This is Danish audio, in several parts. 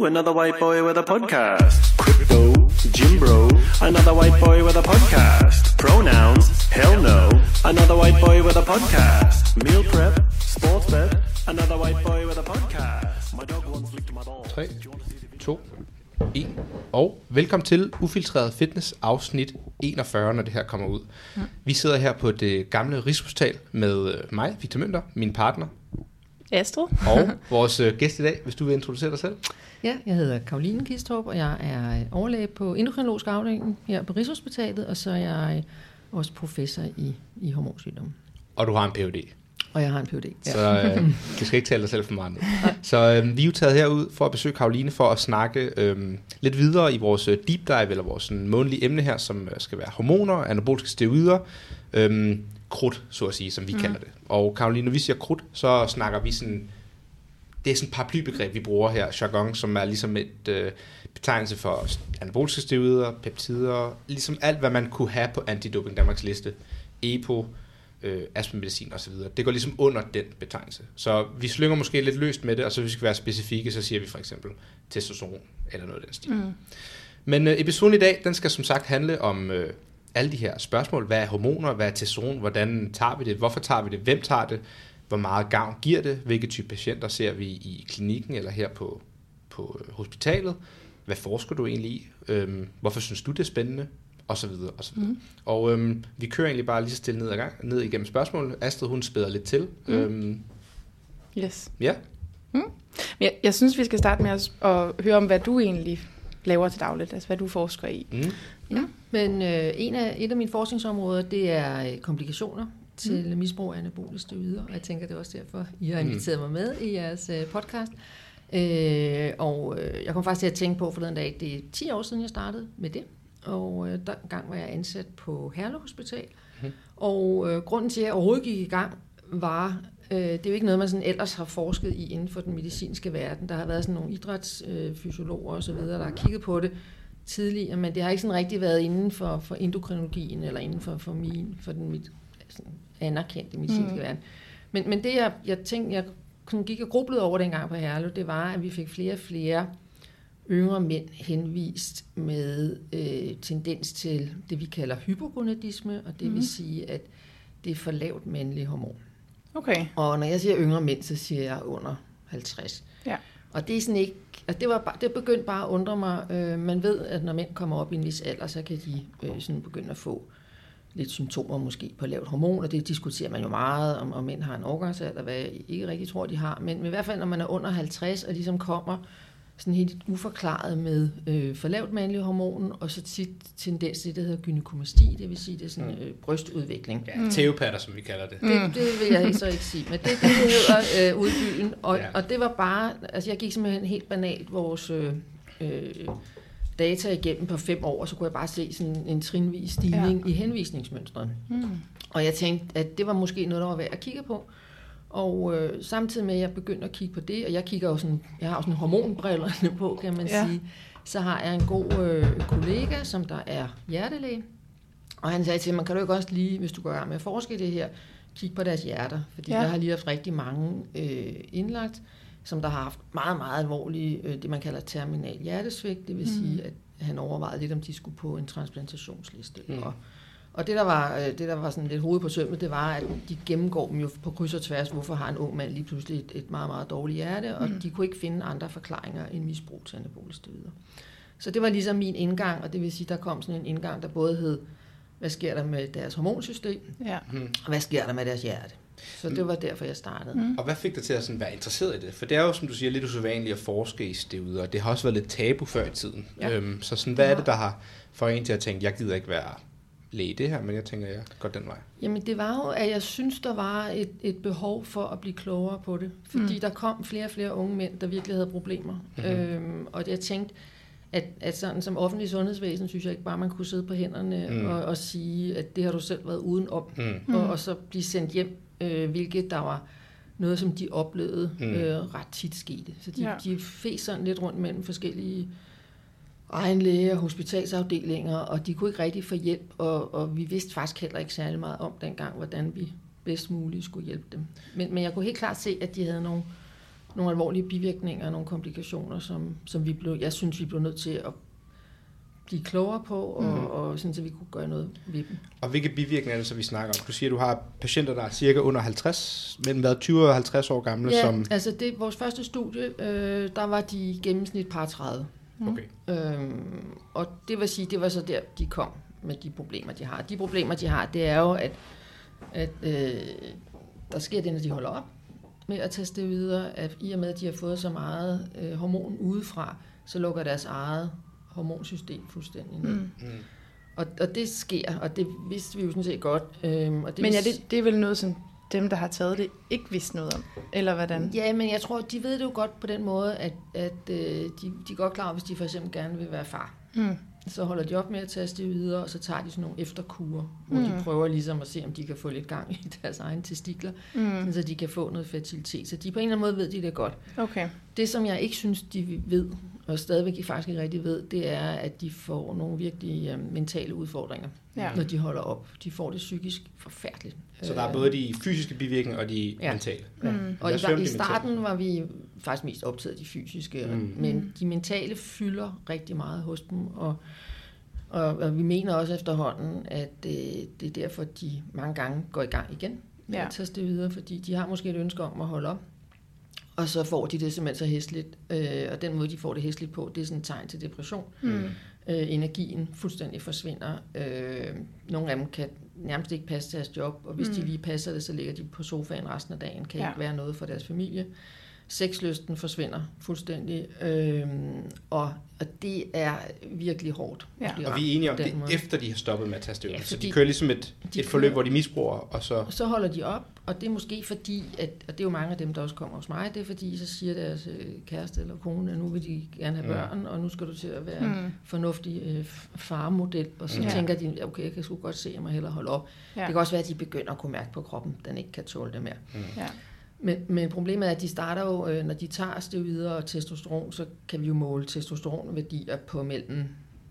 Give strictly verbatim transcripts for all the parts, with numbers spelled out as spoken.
Ooh, another white boy with a podcast. Crypto, gym bro, another white boy with a podcast. Pronouns, hell no, another white boy with a podcast. Meal prep, sports bet, another white boy with a podcast. My dog once licked my balls. tre, to, et. Og velkommen til Ufiltreret Fitness afsnit enogfyrre, når det her kommer ud. Ja. Vi sidder her på det gamle Rigshospital med mig, Victor Mønter, min partner. Astrid. Og vores gæst i dag, hvis du vil introducere dig selv. Ja, jeg hedder Caroline Kistorp, og jeg er overlæge på endokrinologisk afdeling her på Rigshospitalet, og så er jeg også professor i, i hormonsygdomme. Og du har en P H D. Og jeg har en P H D, ja. Så øh, du skal ikke tale dig selv for meget ned. Så øh, vi er jo taget herud for at besøge Caroline for at snakke øh, lidt videre i vores deep dive, eller vores sådan, månedlige emne her, som skal være hormoner, anaboliske steroider, øh, krudt, så at sige, som vi mm. kalder det. Og Caroline, når vi siger krudt, så snakker vi sådan, det er sådan et paraplybegreb, vi bruger her, jargon, som er ligesom et øh, betegnelse for anaboliske steroider, peptider, ligesom alt, hvad man kunne have på Antidoping Danmarks liste, E P O, øh, astmamedicin osv. Det går ligesom under den betegnelse. Så vi slynger måske lidt løst med det, og så hvis vi skal være specifikke, så siger vi for eksempel testosteron eller noget af den stil. Mm. Men øh, episoden i dag, den skal som sagt handle om øh, alle de her spørgsmål. Hvad er hormoner? Hvad er testosteron? Hvordan tager vi det? Hvorfor tager vi det? Hvem tager det? Hvor meget gavn giver det? Hvilke type patienter ser vi i klinikken eller her på, på hospitalet? Hvad forsker du egentlig i? Øhm, hvorfor synes du, det er spændende? Og så videre, og så videre. Mm. Og øhm, vi kører egentlig bare lige så stille ned, ad gang, ned igennem spørgsmålet. Astrid, hun spæder lidt til. Mm. Øhm, yes. Ja. Mm. Jeg, jeg synes, vi skal starte med at, at høre om, hvad du egentlig laver til dagligt. Altså, hvad du forsker i. Mm. Ja, men øh, en af, et af mine forskningsområder, det er komplikationer til mm. misbrug af anaboliske steroider. Og jeg tænker, det er også derfor, I har inviteret mm. mig med i jeres øh, podcast. Øh, og øh, jeg kom faktisk til at tænke på forleden dag, det er ti år siden, jeg startede med det. Og øh, der gang var jeg ansat på Herlev Hospital. Mm. Og øh, grunden til, at jeg overhovedet gik i gang, var, øh, det er jo ikke noget, man sådan ellers har forsket i inden for den medicinske verden. Der har været sådan nogle idrætsfysiologer øh, og så videre, der har kigget på det tidligere, men det har ikke sådan rigtig været inden for, for endokrinologien, eller inden for, for, min, for den mit, sådan anerkendte medicinske mm. verden. Men, men det, jeg, jeg tænkte, jeg gik og grublede over dengang på Herlev, det var, at vi fik flere og flere yngre mænd henvist med øh, tendens til det, vi kalder hypogonadisme, og det mm. vil sige, at det er for lavt mandlige hormon. Okay. Og når jeg siger yngre mænd, så siger jeg under halvtreds. Ja. Og det er sådan ikke, altså det var bare, det begyndte bare at undre mig. Øh, man ved, at når mænd kommer op i en vis alder, så kan de øh, sådan begynde at få lidt symptomer måske på lavt hormon, og det diskuterer man jo meget, om, om mænd har en overgangsalder, hvad jeg ikke rigtig tror, de har. Men, men i hvert fald, når man er under halvtreds, og ligesom kommer sådan helt uforklaret med øh, for lavt mandlige hormon, og så tit tendens til det, der hedder gynekomasti, det vil sige, det er sådan øh, brystudvikling. Ja, teopatter, som vi kalder det. Det, det vil jeg så ikke sige, men det, det hedder øh, udbyen, og, ja. og det var bare, altså jeg gik simpelthen helt banalt vores øh, øh, data igennem på fem år, og så kunne jeg bare se sådan en trinvis stigning ja. i henvisningsmønstret. Mm. Og jeg tænkte, at det var måske noget, der var værd at kigge på. Og øh, samtidig med, at jeg begyndte at kigge på det, og jeg kigger jo sådan, jeg har jo sådan hormonbrillerne på, kan man ja. sige, så har jeg en god øh, kollega, som der er hjertelæge, og han sagde til mig, man kan du ikke også lige, hvis du går i gang med at forske i det her, kigge på deres hjerter, fordi ja. jeg har lige haft rigtig mange øh, indlagt, som der har haft meget, meget alvorlige, øh, det man kalder terminal hjertesvigt, det vil mm. sige, at han overvejede lidt, om de skulle på en transplantationsliste. Mm. Og, og det der, var, det, der var sådan lidt hoved på sømmet, det var, at de gennemgår dem jo på kryds og tværs, hvorfor har en ung mand lige pludselig et, et meget, meget dårligt hjerte, og mm. de kunne ikke finde andre forklaringer end misbrug til anaboliske steroider. Så det var ligesom min indgang, og det vil sige, der kom sådan en indgang, der både hed, hvad sker der med deres hormonsystem, ja. og hvad sker der med deres hjerte. Så det var derfor, jeg startede. Mm. Og hvad fik dig til at sådan være interesseret i det? For det er jo, som du siger, lidt usædvanligt at forske i steroider, og det har også været lidt tabu før i tiden. Ja. Øhm, så sådan, hvad er det, der har for en til at tænke, jeg gider ikke være læge i det her, men jeg tænker, jeg går den vej? Jamen det var jo, at jeg synes, der var et, et behov for at blive klogere på det. Fordi mm. der kom flere og flere unge mænd, der virkelig havde problemer. Mm-hmm. Øhm, og jeg tænkte, at, at sådan som offentlig sundhedsvæsen, synes jeg ikke bare, man kunne sidde på hænderne mm. og, og sige, at det har du selv været uden om, mm. og, og så blive sendt hjem, øh, hvilket der var noget, som de oplevede mm. øh, ret tit skete. Så de, ja. de fes sådan lidt rundt mellem forskellige egenlæge og hospitalsafdelinger, og de kunne ikke rigtig få hjælp, og, og vi vidste faktisk heller ikke særlig meget om dengang, hvordan vi bedst muligt skulle hjælpe dem. Men, men jeg kunne helt klart se, at de havde nogle nogle alvorlige bivirkninger og nogle komplikationer, som, som vi blev, jeg synes, vi blev nødt til at blive klogere på, og, mm. og sådan, så vi kunne gøre noget ved dem. Og hvilke bivirkninger er det så, vi snakker om? Du siger, du har patienter, der er cirka under halvtreds, mellem hvad, tyve og halvtreds år gamle? Ja, som... altså det, vores første studie, øh, der var de gennemsnit par tredive. Okay. Øhm, og det vil sige, det var så der, de kom med de problemer, de har. De problemer, de har, det er jo, at, at øh, der sker det, når de holder op med at teste det videre, at i og med, at de har fået så meget øh, hormon udefra, så lukker deres eget hormonsystem fuldstændig ned. Mm. Mm. Og, og det sker, og det vidste vi jo sådan set godt. Øhm, og det men ja, vis- det, det er vel noget, som dem, der har taget det, ikke vidste noget om, eller hvordan? Ja, men jeg tror, de ved det jo godt på den måde, at, at øh, de, de er godt klar over, hvis de for eksempel gerne vil være far. Mm. Så holder de op med at teste det videre, og så tager de sådan nogle efterkurer, hvor mm. de prøver ligesom at se, om de kan få lidt gang i deres egne testikler, mm. så de kan få noget fertilitet. Så de på en eller anden måde ved de det godt. Okay. Det, som jeg ikke synes, de ved, og stadigvæk faktisk ikke rigtig ved, det er, at de får nogle virkelig øh, mentale udfordringer, ja. Når de holder op. De får det psykisk forfærdeligt. Så der er både de fysiske bivirkninger og de ja. mentale. Ja. Mm. Og i, i starten var vi faktisk mest optaget af de fysiske, mm. men de mentale fylder rigtig meget hos dem, og, og, og vi mener også efterhånden, at det, det er derfor, de mange gange går i gang igen med ja. At teste videre, fordi de har måske et ønske om at holde op, og så får de det simpelthen så hæsligt, øh, og den måde, de får det hæsligt på, det er sådan et tegn til depression. Mm. Øh, energien fuldstændig forsvinder. Øh, nogle af dem kan nærmest ikke passe deres job, og hvis mm. de lige passer det, så ligger de på sofaen resten af dagen, kan ja. Ikke være noget for deres familie. Sexlysten forsvinder fuldstændig, øh, og, og det er virkelig hårdt. Ja. Og vi er enige om det, måde. Efter de har stoppet med at tage støvler. Ja, så de kører ligesom et, de et forløb, hvor de misbruger, og så... Så holder de op, og det er måske fordi, at, og det er jo mange af dem, der også kommer hos mig, det er fordi, så siger deres øh, kæreste eller kone, at nu vil de gerne have børn, mm. og nu skal du til at være mm. en fornuftig øh, farmodel, og så ja. Tænker de, okay, jeg kan sgu godt se, at jeg må hellere holde op. Ja. Det kan også være, at de begynder at kunne mærke på kroppen, den ikke kan tåle det mere. Mm. Ja. Men, men problemet er, at de starter jo, øh, når de tager steroider og testosteron, så kan vi jo måle testosteronværdier på mellem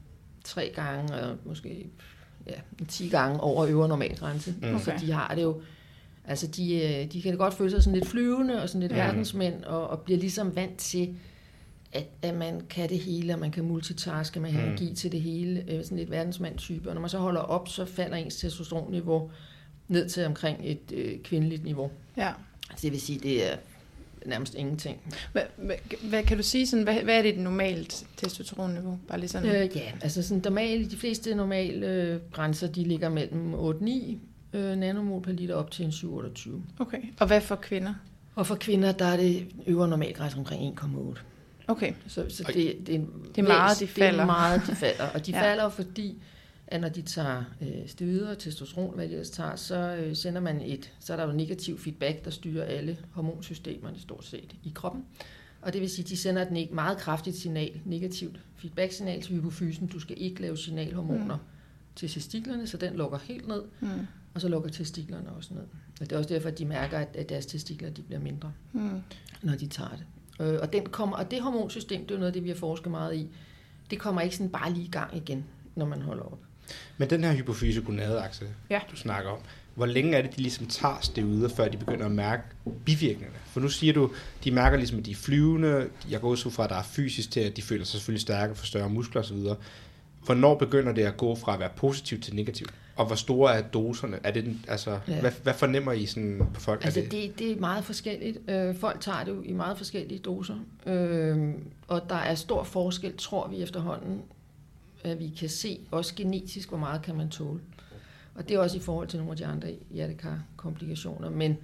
tre gange og måske ja, ti gange over øvre normalgrænse. Mm. Okay. Så de har det jo, altså de, de kan godt føle sig sådan lidt flyvende og sådan lidt mm. verdensmænd, og, og bliver ligesom vant til, at, at man kan det hele, og man kan multitaske, man har energi mm. til det hele, øh, sådan lidt verdensmand-type. Og når man så holder op, så falder ens testosteronniveau ned til omkring et øh, kvindeligt niveau. Ja. Det vil sige, det er nærmest ingenting. Hvad, hvad, hvad kan du sige, sådan, hvad, hvad er det et normalt testosteronniveau? Bare lige sådan. Øh, ja, altså sådan normalt, de fleste normale øh, grænser, de ligger mellem otte til ni øh, nanomol per liter op til en syv otteogtyve. Okay, og hvad for kvinder? Og for kvinder, der er det øvre normalgrænse omkring en komma otte. Okay. Så, så det, det, er en det er meget, de falder. Det er meget, de falder. Og de ja. Falder fordi, at når de tager øh, steroider og testosteron, hvad de ellers tager, så øh, sender man et, så er der jo negativ feedback, der styrer alle hormonsystemerne stort set i kroppen. Og det vil sige, at de sender et meget kraftigt signal, negativt feedback-signal til hypofysen. Du skal ikke lave signalhormoner mm. til testiklerne, så den lukker helt ned, mm. og så lukker testiklerne også ned. Og det er også derfor, at de mærker, at deres testikler de bliver mindre, mm. når de tager det. Øh, og, den kommer, og det hormonsystem, det er jo noget af det, vi har forsket meget i, det kommer ikke sådan bare lige i gang igen, når man holder op. Men den her hypofyse-gonadeakse, ja. Du snakker om, hvor længe er det, de ligesom tager steroider, før de begynder at mærke bivirkningerne? For nu siger du, de mærker ligesom, at de er flyvende, jeg går ud fra, at der er fysisk til, at de føler sig selvfølgelig stærke, får større muskler osv. Hvornår begynder det at gå fra at være positivt til negativt? Og hvor store er doserne? Er det den, altså, ja. hvad, hvad fornemmer I sådan på folk? Altså, er det? Det, det er meget forskelligt. Øh, folk tager det jo i meget forskellige doser. Øh, og der er stor forskel, tror vi efterhånden, at vi kan se, også genetisk, hvor meget kan man tåle. Og det er også i forhold til nogle af de andre hjertekar-komplikationer. Men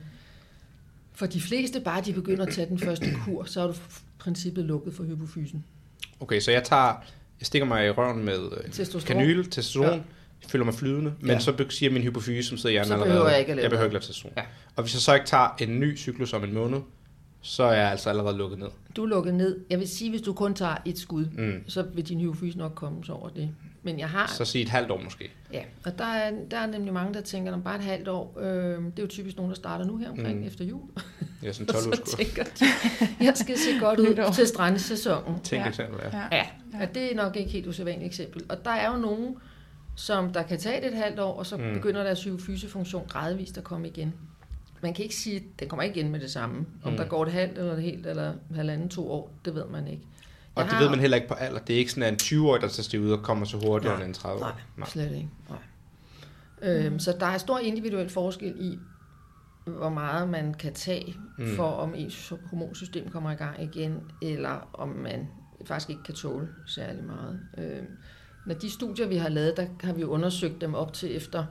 for de fleste, bare de begynder at tage den første kur, så er du princippet lukket for hypofysen. Okay, så jeg tager, jeg stikker mig i røven med testosteron. Kanyle, testosteron, ja. Jeg føler mig flydende, men ja. Så siger min hypofyse, som sidder i hjernen allerede, behøver jeg ikke at lave jeg behøver ikke lave testosteron. Ja. Og hvis jeg så ikke tager en ny cyklus om en måned, så er jeg altså allerede lukket ned. Du er lukket ned. Jeg vil sige, hvis du kun tager et skud, mm. så vil din hypofyse nok komme så over det. Men jeg har... Så sig et halvt år måske. Ja, og der er, der er nemlig mange, der tænker, om bare et halvt år, øh, det er jo typisk nogen, der starter nu her omkring mm. efter jul. Ja, sådan tolv uger. Så tænker de, jeg skal se godt ud til strandsæsonen. Tænk ja. Eksempel, ja. Ja, ja, og det er nok ikke helt usædvanligt eksempel. Og der er jo nogen, som der kan tage det et halvt år, og så mm. begynder deres hypofysefunktion gradvist at komme igen. man kan ikke sige, at den kommer ikke ind med det samme. Om mm. der går et halvt eller et helt eller halvanden, to år, det ved man ikke. Og jeg det har... ved man heller ikke på alder. Det er ikke sådan, at en tyve-årig, der tager stiv ud og kommer så hurtigere end en tredive-årig. Nej, nej, slet ikke. Nej. Mm. Øhm, så der er stor individuel forskel i, hvor meget man kan tage, mm. for om ens hormonsystem kommer i gang igen, eller om man faktisk ikke kan tåle særlig meget. Øhm, når de studier, vi har lavet, der har vi undersøgt dem op til efter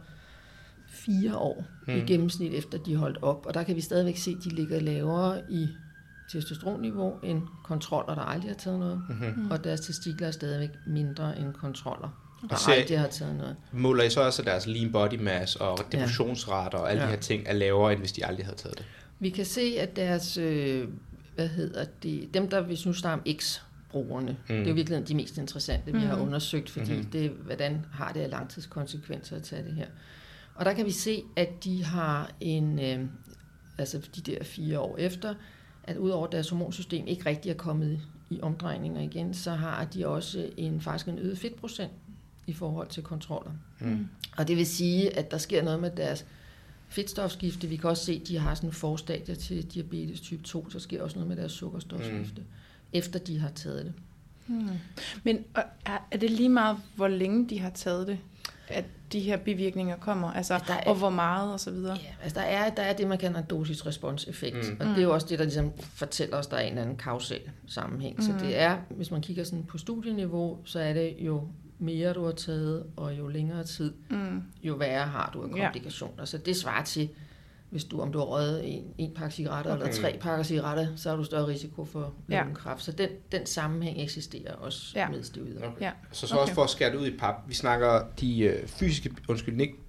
fire år mm. i gennemsnit, efter de er holdt op. Og der kan vi stadigvæk se, at de ligger lavere i testosteronniveau end kontroller, der aldrig har taget noget. Mm-hmm. Og deres testikler er stadigvæk mindre end kontroller, der og aldrig har taget noget. Måler I så også deres lean body mass og depressionsrater og alle ja. de her ting er lavere, end hvis de aldrig havde taget det? Vi kan se, at deres, øh, hvad hedder det, dem der, hvis nu snakker om X-brugerne, mm. det er jo virkelig de mest interessante, vi mm. har undersøgt, fordi mm-hmm. det, hvordan har det af langtidskonsekvenser at tage det her. Og der kan vi se, at de har en, øh, altså de der fire år efter, at udover deres hormonsystem ikke rigtig er kommet i omdrejninger igen, så har de også en, faktisk en øget fedtprocent i forhold til kontroller. Mm. Og det vil sige, at der sker noget med deres fedtstofskifte. Vi kan også se, at de har sådan en forstadie til diabetes type to, så sker også noget med deres sukkerstofskifte, mm. efter de har taget det. Mm. Men er, er det lige meget, hvor længe de har taget det, at de her bivirkninger kommer, altså, er, og hvor meget og så videre? Ja, altså der er, der er det, man kalder en dosis-respons-effekt, mm. og det er jo også det, der ligesom fortæller os, der er en eller anden kausal sammenhæng. Mm. Så det er, hvis man kigger sådan på studieniveau, så er det jo mere du har taget, og jo længere tid, mm. jo værre har du af komplikationer. Ja. Så det svarer til, hvis du, om du har røget en, en pakke cigaretter, okay. eller tre pakker cigaretter, så har du større risiko for lungekræft. Ja. Så den, den sammenhæng eksisterer også ja. med steroider. Okay. Ja. Så så okay. også for at skære det ud i pap, vi snakker de øh, fysiske, undskyld, ikke,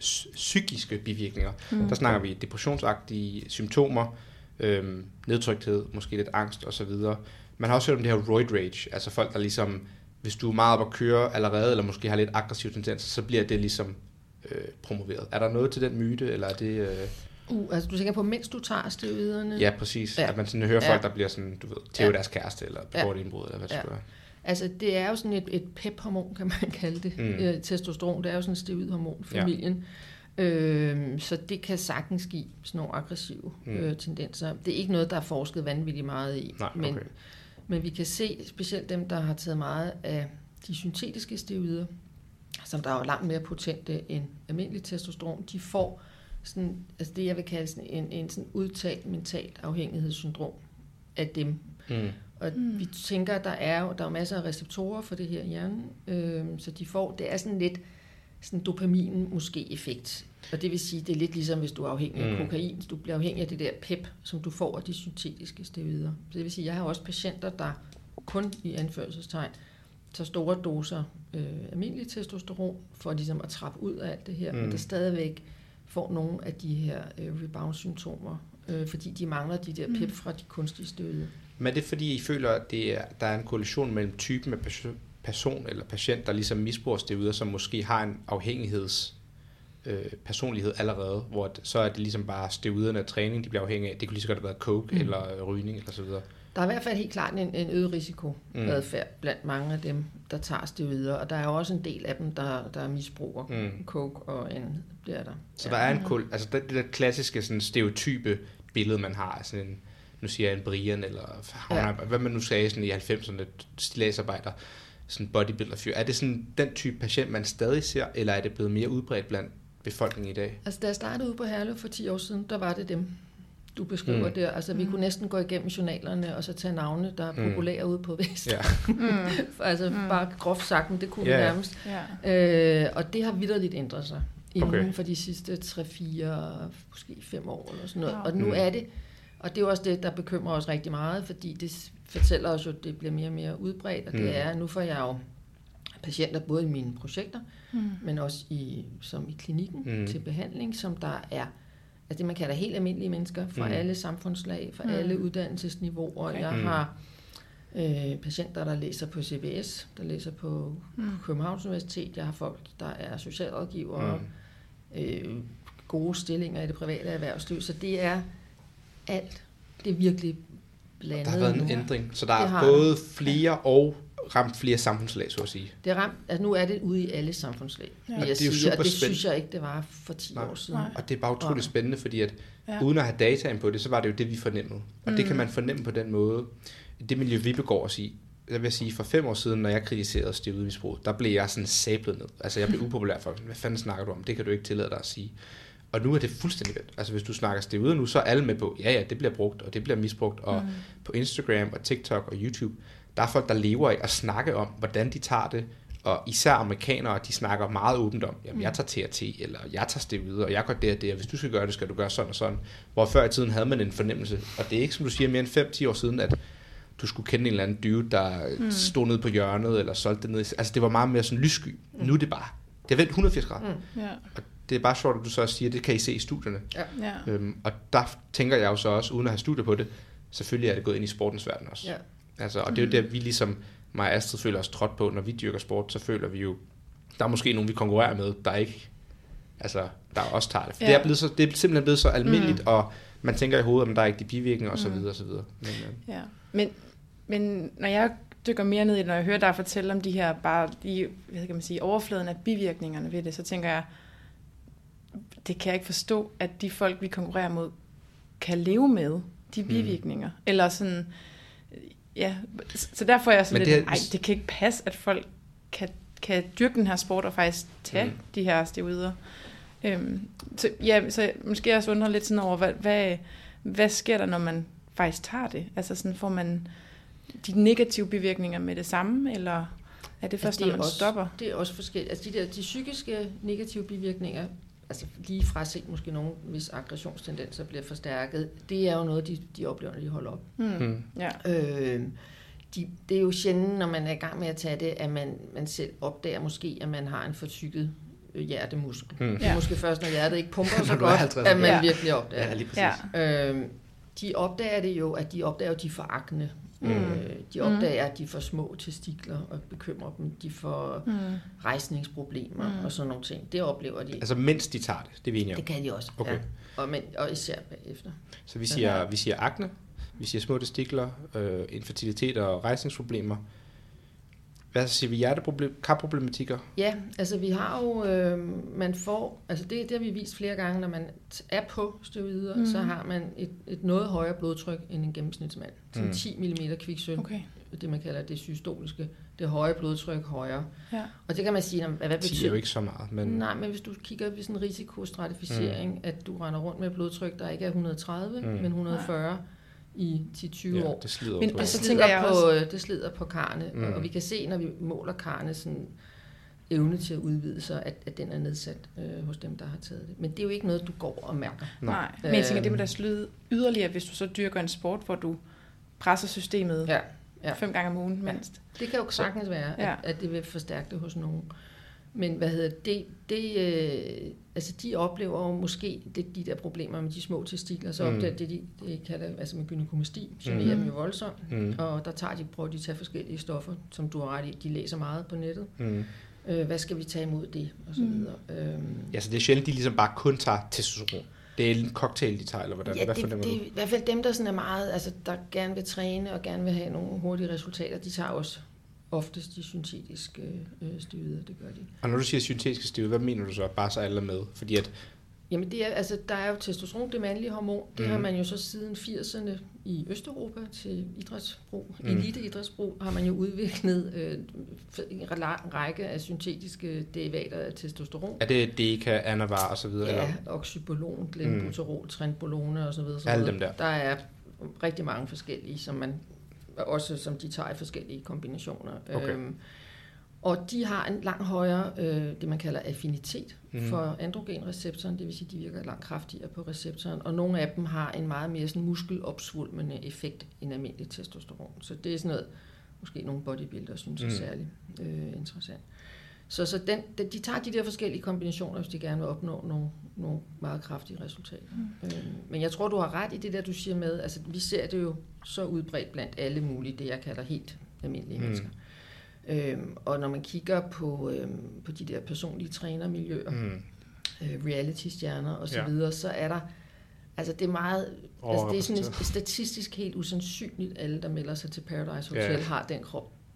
psykiske bivirkninger. Mm. Der snakker vi depressionsagtige symptomer, øh, nedtrykthed, måske lidt angst osv. Man har også hørt om det her roid rage, altså folk, der ligesom, hvis du er meget op at køre allerede, eller måske har lidt aggressiv tendens, så bliver det ligesom øh, promoveret. Er der noget til den myte, eller er det... Øh... Uh, altså du tænker på, mens du tager steroiderne? Ja, præcis. Ja. At man sådan hører folk, ja. der bliver sådan, du ved, tæve ja. deres kæreste, eller begår ja. et indbrud, eller hvad det ja. skal være. Altså det er jo sådan et, et pep-hormon, kan man kalde det. Mm. Øh, testosteron, det er jo sådan en steroidhormon, familien. Ja. Øh, så det kan sagtens give sådan nogle aggressive mm. øh, tendenser. Det er ikke noget, der er forsket vanvittigt meget i. Nej, okay. men, men vi kan se, specielt dem, der har taget meget af de syntetiske steroider, som der er jo langt mere potente end almindelig testosteron, de får sådan, altså det, jeg vil kalde sådan en, en sådan udtalt mentalt afhængighedssyndrom af dem. Mm. Og mm. vi tænker, at der er jo der er masser af receptorer for det her i hjernen, øh, så de får, det er sådan lidt sådan dopamin måske effekt. Og det vil sige, det er lidt ligesom, hvis du er afhængig af mm. kokain, så du bliver afhængig af det der pep, som du får af de syntetiske steroider. Så det vil sige, jeg har også patienter, der kun i anførselstegn tager store doser øh, almindelig testosteron, for ligesom at trappe ud af alt det her, mm. men der stadigvæk får nogle af de her øh, rebound-symptomer, øh, fordi de mangler de der pep fra de kunstige steroider. Men er det fordi, I føler, at det er, der er en korrelation mellem typen af person eller patient, der ligesom misbruger steroider, som måske har en afhængigheds øh, personlighed allerede, hvor så er det ligesom bare steroiderne og træning, de bliver afhængige af. Det kunne lige så godt have været coke mm. eller rygning eller så videre. Der er i hvert fald helt klart en, en øget risikoadfærd mm. blandt mange af dem, der tager steroider, og der er også en del af dem, der, der misbruger mm. coke og en, det er der. Så ja. der er en kul, altså det, det der klassiske sådan stereotype billede, man har, sådan en, nu siger jeg en Brian, eller ja. hvad man nu sagde sådan i halvfemserne, stilladsarbejder, sådan bodybuilder fyr. Er det sådan den type patient, man stadig ser, eller er det blevet mere udbredt blandt befolkningen i dag? Altså da jeg startede ude på Herlev for ti år siden, der var det dem, du beskriver mm. der. Altså vi mm. kunne næsten gå igennem journalerne, og så tage navne, der er populære mm. ude på Vest. Ja. mm. altså mm. bare groft sagt, men det kunne yeah. vi nærmest. Yeah. Øh, og det har vitterligt ændret sig inden okay. for de sidste tre, fire, måske fem år eller sådan noget. Ja. Og nu mm. er det, og det er også det, der bekymrer os rigtig meget, fordi det fortæller os jo, at det bliver mere og mere udbredt, og det mm. er, nu får jeg jo patienter både i mine projekter, mm. men også i, som i klinikken mm. til behandling, som der er altså det, man kalder helt almindelige mennesker, fra mm. alle samfundslag, fra mm. alle uddannelsesniveauer. Okay. Jeg har øh, patienter, der læser på C B S, der læser på mm. Københavns Universitet. Jeg har folk, der er socialrådgivere, mm. øh, gode stillinger i det private erhvervsliv. Så det er alt. Det er virkelig blandet. Der har været en ændring. Så der er både flere og ramt flere samfundslag, så at sige. Det er ramt, altså nu er det ude i alle samfundslag, Ja. vil Og jeg det er jo sige, super og det spændende. synes jeg ikke, det var for ti Nej. år siden. Nej. Og det er bare utroligt Nej. spændende, fordi at Ja. uden at have dataen på det, så var det jo det, vi fornemmede. Og mm. det kan man fornemme på den måde. Det miljø, vi begår os i, jeg vil sige, for fem år siden, når jeg kritiserede steroidmisbrug, der blev jeg sådan sablet ned. Altså jeg blev upopulær for, hvad fanden snakker du om? Det kan du ikke tillade dig at sige. Og nu er det fuldstændig vendt. Altså hvis du snakker steroider nu, så er alle med på, ja ja, det bliver brugt, og det bliver misbrugt. Og mm. på Instagram og TikTok og YouTube, der er folk, der lever af at snakke om, hvordan de tager det. Og især amerikanere, de snakker meget åbent om, jamen jeg tager T R T, eller jeg tager steroider, og jeg gør det og det, og hvis du skal gøre det, skal du gøre sådan og sådan. Hvor før i tiden havde man en fornemmelse, og det er ikke, som du siger, mere end fem til ti år siden, at du skulle kende en eller anden dude, der mm. stod nede på hjørnet, eller solgte det ned. Altså det var meget mere sådan lyssky. Mm. Nu er det bare, det er vendt et hundrede og firs grader. Mm. Ja. Og det er bare sjovt, at du så siger, det kan I se i studierne. Ja. Ja. Øhm, og der tænker jeg jo så også, uden at have studier på det, selvfølgelig er det gået ind i sportens verden også. Ja. Altså, og det er jo det, vi ligesom, mig og Astrid føler os trådt på, når vi dyrker sport, så føler vi jo, der er måske nogen, vi konkurrerer med, der ikke, altså, der også tager det. For Ja. det, er blevet så, det er simpelthen blevet så almindeligt, mm. og man tænker i hovedet, om der er ikke de bivirkninger, og så videre, og så videre. Men, øh, Ja. Men, men når jeg dykker mere ned i det, når jeg hører dig fortælle om de her, bare de, hvad kan man sige, overfladen af bivirkningerne ved det, så tænker jeg, det kan jeg ikke forstå, at de folk, vi konkurrerer mod, kan leve med de bivirkninger. Mm. Eller sådan, ja, så derfor er jeg sådan Men lidt, det er- nej, det kan ikke passe, at folk kan, kan dyrke den her sport og faktisk tage Mm. mm. de her steroider. Øhm, så, ja, så måske jeg også undrer lidt sådan over, hvad, hvad, hvad sker der, når man faktisk tager det? Altså sådan, får man de negative bivirkninger med det samme, eller er det først, Altså, det når er man også, stopper? Det er også forskelligt. Altså de der de psykiske negative bivirkninger, altså lige fra set måske nogen, hvis aggressionstendenser bliver forstærket, det er jo noget, de, de oplever, når de holder op. Mm. Mm. Ja. Øh, de, det er jo sjældent, når man er i gang med at tage det, at man, man selv opdager måske, at man har en fortykket øh, hjertemuskel. Mm. Det er Ja. måske først, når hjertet ikke pumper så Når du er godt, halvtreds. at man Ja. virkelig opdager ja, det. lige præcis. Ja. Øh, de opdager det jo, at de opdager, at de får akne. Mm. Øh, de opdager, at de får små testikler og bekymrer dem. De får Mm. rejsningsproblemer mm. og sådan nogle ting. Det oplever de. Altså mens de tager det, det er vi enige om. Det kan de også. Okay. Ja. Og, men, og især bagefter. Så vi siger, vi siger akne, vi siger små testikler, øh, infertilitet og rejsningsproblemer. Hvad siger vi? Hjerteproblem, karproblematikker? Ja, altså vi har jo, øh, man får, altså det, det har vi vist flere gange, når man t- er på steroider, mm. så har man et, et noget højere blodtryk end en gennemsnitsmand. Sådan Mm. ti millimeter kviksølv, Okay. det man kalder det systoliske, det høje blodtryk højere. Ja. Og det kan man sige, hvad, hvad ti er betyder jo ikke så meget, men Nej, men hvis du kigger på sådan en risikostratificering, mm. at du render rundt med et blodtryk, der ikke er et hundrede og tredive, mm. men et hundrede og fyrre i ti til tyve ja, år. det slider Men- jo på. og Det så slider, tænker jeg på, også- det slider på karne, Mm. mm. og vi kan se, når vi måler karne sådan evne til at udvide sig, at, at den er nedsat øh, hos dem, der har taget det. Men det er jo ikke noget, du går og mærker. Nej. Men jeg tænker, det må Øhm. da slide yderligere, hvis du så dyrker en sport, hvor du presser systemet Ja, ja. fem gange om ugen mindst. Det kan jo sagtens være, Ja. at, at det vil forstærke det hos nogen. Men hvad hedder det? det øh, altså de oplever jo måske det, de der problemer med de små testikler, så Mm. opdager det, de, de kalder altså med gynekomasti, generer Mm. dem jo voldsomt, Mm. og der tager de, prøver de at tage forskellige stoffer, som du har ret i, de læser meget på nettet. Mm. Øh, hvad skal vi tage imod det? Og så Mm. videre. Øhm, Ja, så det er sjældent, de ligesom bare kun tager testosteron. Det er en cocktail, de tager, eller hvordan? Ja, Hvad det, fornemmer det du? er i hvert fald dem, der sådan er meget, altså der gerne vil træne og gerne vil have nogle hurtige resultater, de tager også oftest de syntetiske øh, steroider, det gør de. Og når du siger syntetiske steroider, hvad mener du så? Bare så alle er med? Fordi at, Jamen det er, altså der er jo testosteron, det mandlige hormon, det Mhm. har man jo så siden firserne i Østeuropa til idrætsbrug, Mhm. eliteidrætsbrug, har man jo udviklet øh, en række af syntetiske derivater af testosteron. er det Deca, Anavar og så videre? Ja, Eller? oxybolon, glenbuterol, trenbolone og så videre. Så Alle videre. dem der. Der er rigtig mange forskellige, som man også som de tager i forskellige kombinationer. Okay. Øhm, og de har en langt højere, øh, det man kalder affinitet Mhm. mm. for androgenreceptoren, det vil sige, de virker langt kraftigere på receptoren, og nogle af dem har en meget mere sådan muskelopsvulmende effekt end almindelig testosteron. Så det er sådan noget, måske nogle bodybuildere synes er Mm. særlig øh, interessant. Så, så den, de, de tager de der forskellige kombinationer, hvis de gerne vil opnå nogle, nogle meget kraftige resultater. Mm. Øhm, men jeg tror, du har ret i det der, du siger med, altså vi ser det jo så udbredt blandt alle mulige, det jeg kalder helt almindelige Mm. mm. mennesker. Øhm, og når man kigger på, øhm, på de der personlige trænermiljøer, Mm. øh, reality-stjerner og så Ja. videre, så er der, altså det er meget, altså det er sådan Overrepræsenteret. statistisk helt usandsynligt, alle der melder sig til Paradise Hotel Ja. har den krop,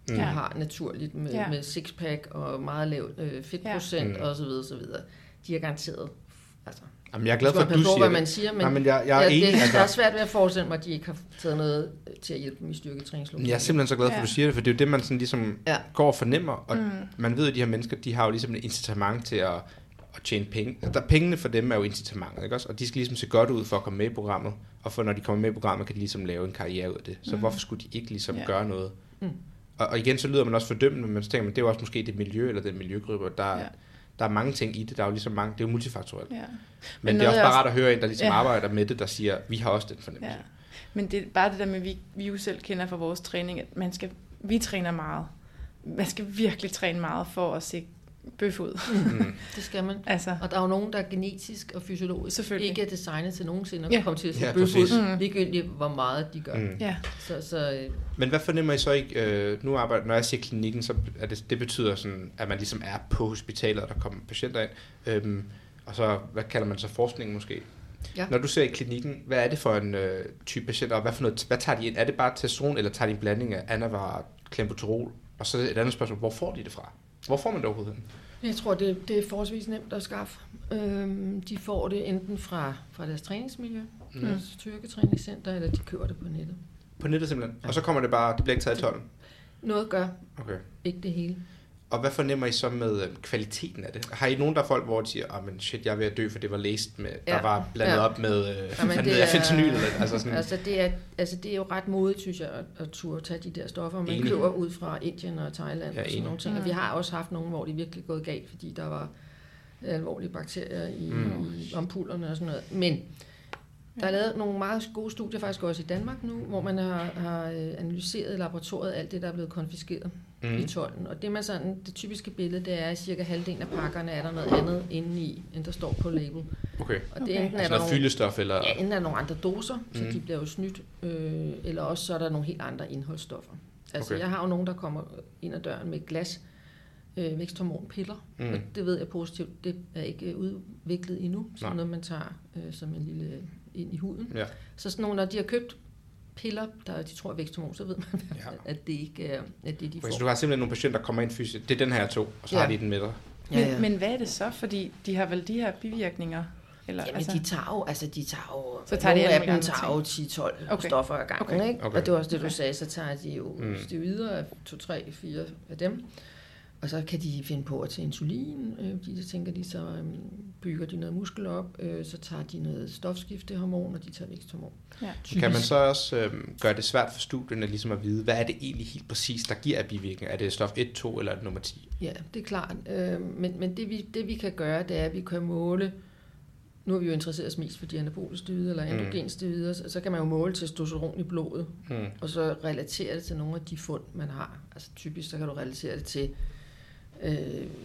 mm. har naturligt med, ja. med sixpack og meget lav øh, fedtprocent ja. og så videre, så videre. De er garanteret, altså... Jamen, jeg er glad for, at du på, siger hvad det. man siger, men, Nej, men jeg, jeg er ja, enig. det, altså, der er svært ved at forestille mig, at de ikke har taget noget til at hjælpe dem i styrketræningslokalet. Jeg er simpelthen så glad for, at ja. du siger det, for det er jo det, man sådan ligesom ja. går og fornemmer, og mm. man ved, at de her mennesker, de har jo ligesom et incitament til at, at tjene penge. Altså, der, pengene for dem er jo incitamentet, ikke også? Og de skal ligesom se godt ud for at komme med i programmet, og for når de kommer med i programmet, kan de ligesom lave en karriere ud af det. Så mm. hvorfor skulle de ikke ligesom ja. gøre noget? Mm. Og, og igen, så lyder man også fordømmende, men så tænker man, det er jo også måske det miljø, eller den miljøgruppe, der ja. Der er mange ting i det, der er jo ligesom mange, det er jo multifaktorielt. Ja. Men, men det er også bare også... rart at høre en, der ligesom ja. arbejder med det, der siger, vi har også den fornemmelse. Ja. Men det er bare det der med, vi, vi jo selv kender fra vores træning, at man skal, vi træner meget. Man skal virkelig træne meget for at se bøf ud. Mm. Det skal man. Altså. Og der er jo nogen, der er genetisk og fysiologisk ikke er designet til nogensinde at ja. komme til at se ja, bøf ud, mm. ligegyldigt hvor meget de gør. Mm. Ja. Så, så, øh... Men hvad fornemmer I så ikke, øh, nu arbejder, når jeg siger klinikken, så er det, det betyder sådan, at man ligesom er på hospitalet, og der kommer patienter ind, øhm, og så, hvad kalder man så, forskning måske? Ja. Når du ser i klinikken, hvad er det for en øh, type patienter, og hvad, for noget, hvad tager de ind? Er det bare testosteron, eller tager de en blanding af anavar, klembuterol? Og så et andet spørgsmål, hvor får de det fra? Hvor får man det overhovedet? Jeg tror, det, det er forholdsvis nemt at skaffe. Øhm, de får det enten fra, fra deres træningsmiljø, mm. deres styrketræningscenter, eller de køber det på nettet. På nettet simpelthen? Ja. Og så kommer det bare, det bliver ikke taget i tolden? Noget gør. Okay. Ikke det hele. Og hvad fornemmer I så med øh, kvaliteten af det? Har I nogen, der er folk, hvor de siger, ah, men shit, jeg er ved at dø, for det var læst med, ja. der var blandet ja. op med, øh, Jamen, det er fentanyl eller altså sådan. Altså det er, altså det er jo ret modigt, synes jeg, at, at turde tage de der stoffer. Man køber ud fra Indien og Thailand ja, og sådan nogle ting. Og vi har også haft nogen, hvor det virkelig er gået galt, fordi der var alvorlige bakterier i, mm. i ampullerne og sådan noget. Men der er lavet nogle meget gode studier faktisk også i Danmark nu, hvor man har, har analyseret i laboratoriet alt det, der er blevet konfiskeret mm. i tolden. Og det, man sådan, det typiske billede, det er, at cirka halvdelen af pakkerne er der noget andet inde i, end der står på label. Okay. Og det okay. enten er altså der noget fyldestof? Eller? Ja, enten er der nogle andre doser, mm. så de bliver jo snydt, øh, eller også så er der nogle helt andre indholdsstoffer. Altså, okay. Jeg har jo nogen, der kommer ind ad døren med et glas øh, væksthormonpiller, mm. og det ved jeg positivt, det er ikke udviklet endnu, så noget, man tager øh, som en lille ind i huden. Ja. Så sådan nogle, når de har købt piller, der de tror er væksthormon, så ved man, ja. at det ikke er at det, de får. Så du har simpelthen nogle patienter, der kommer ind fysisk, det er den her to, og så ja. har de den med dig. Men, ja, ja. men hvad er det så? Fordi de har vel de her bivirkninger? Eller, Jamen, altså... de tager jo, altså de tager jo, så tager de af dem tager jo ti tolv okay. stoffer ad gangen, okay. ikke? Okay. Og det var også det, du sagde, så tager de jo mm. steroider af to, tre, fire af dem. Og så kan de finde på at tage insulin, øh, fordi så tænker de, så øh, bygger de noget muskel op, øh, så tager de noget stofskiftehormon, og de tager væksthormon. Ja. Kan man så også øh, gøre det svært for studierne ligesom at vide, hvad er det egentlig helt præcis, der giver af bivirkninger? Er det stof et, to eller nummer ti? Ja, det er klart. Øh, men men det, vi, det vi kan gøre, det er, at vi kan måle, nu er vi jo interesseret os mest for de anabole steroider eller androgensteroider, så, så kan man jo måle testosteron i blodet, mm. og så relatere det til nogle af de fund, man har. Altså typisk så kan du relatere det til, Øh,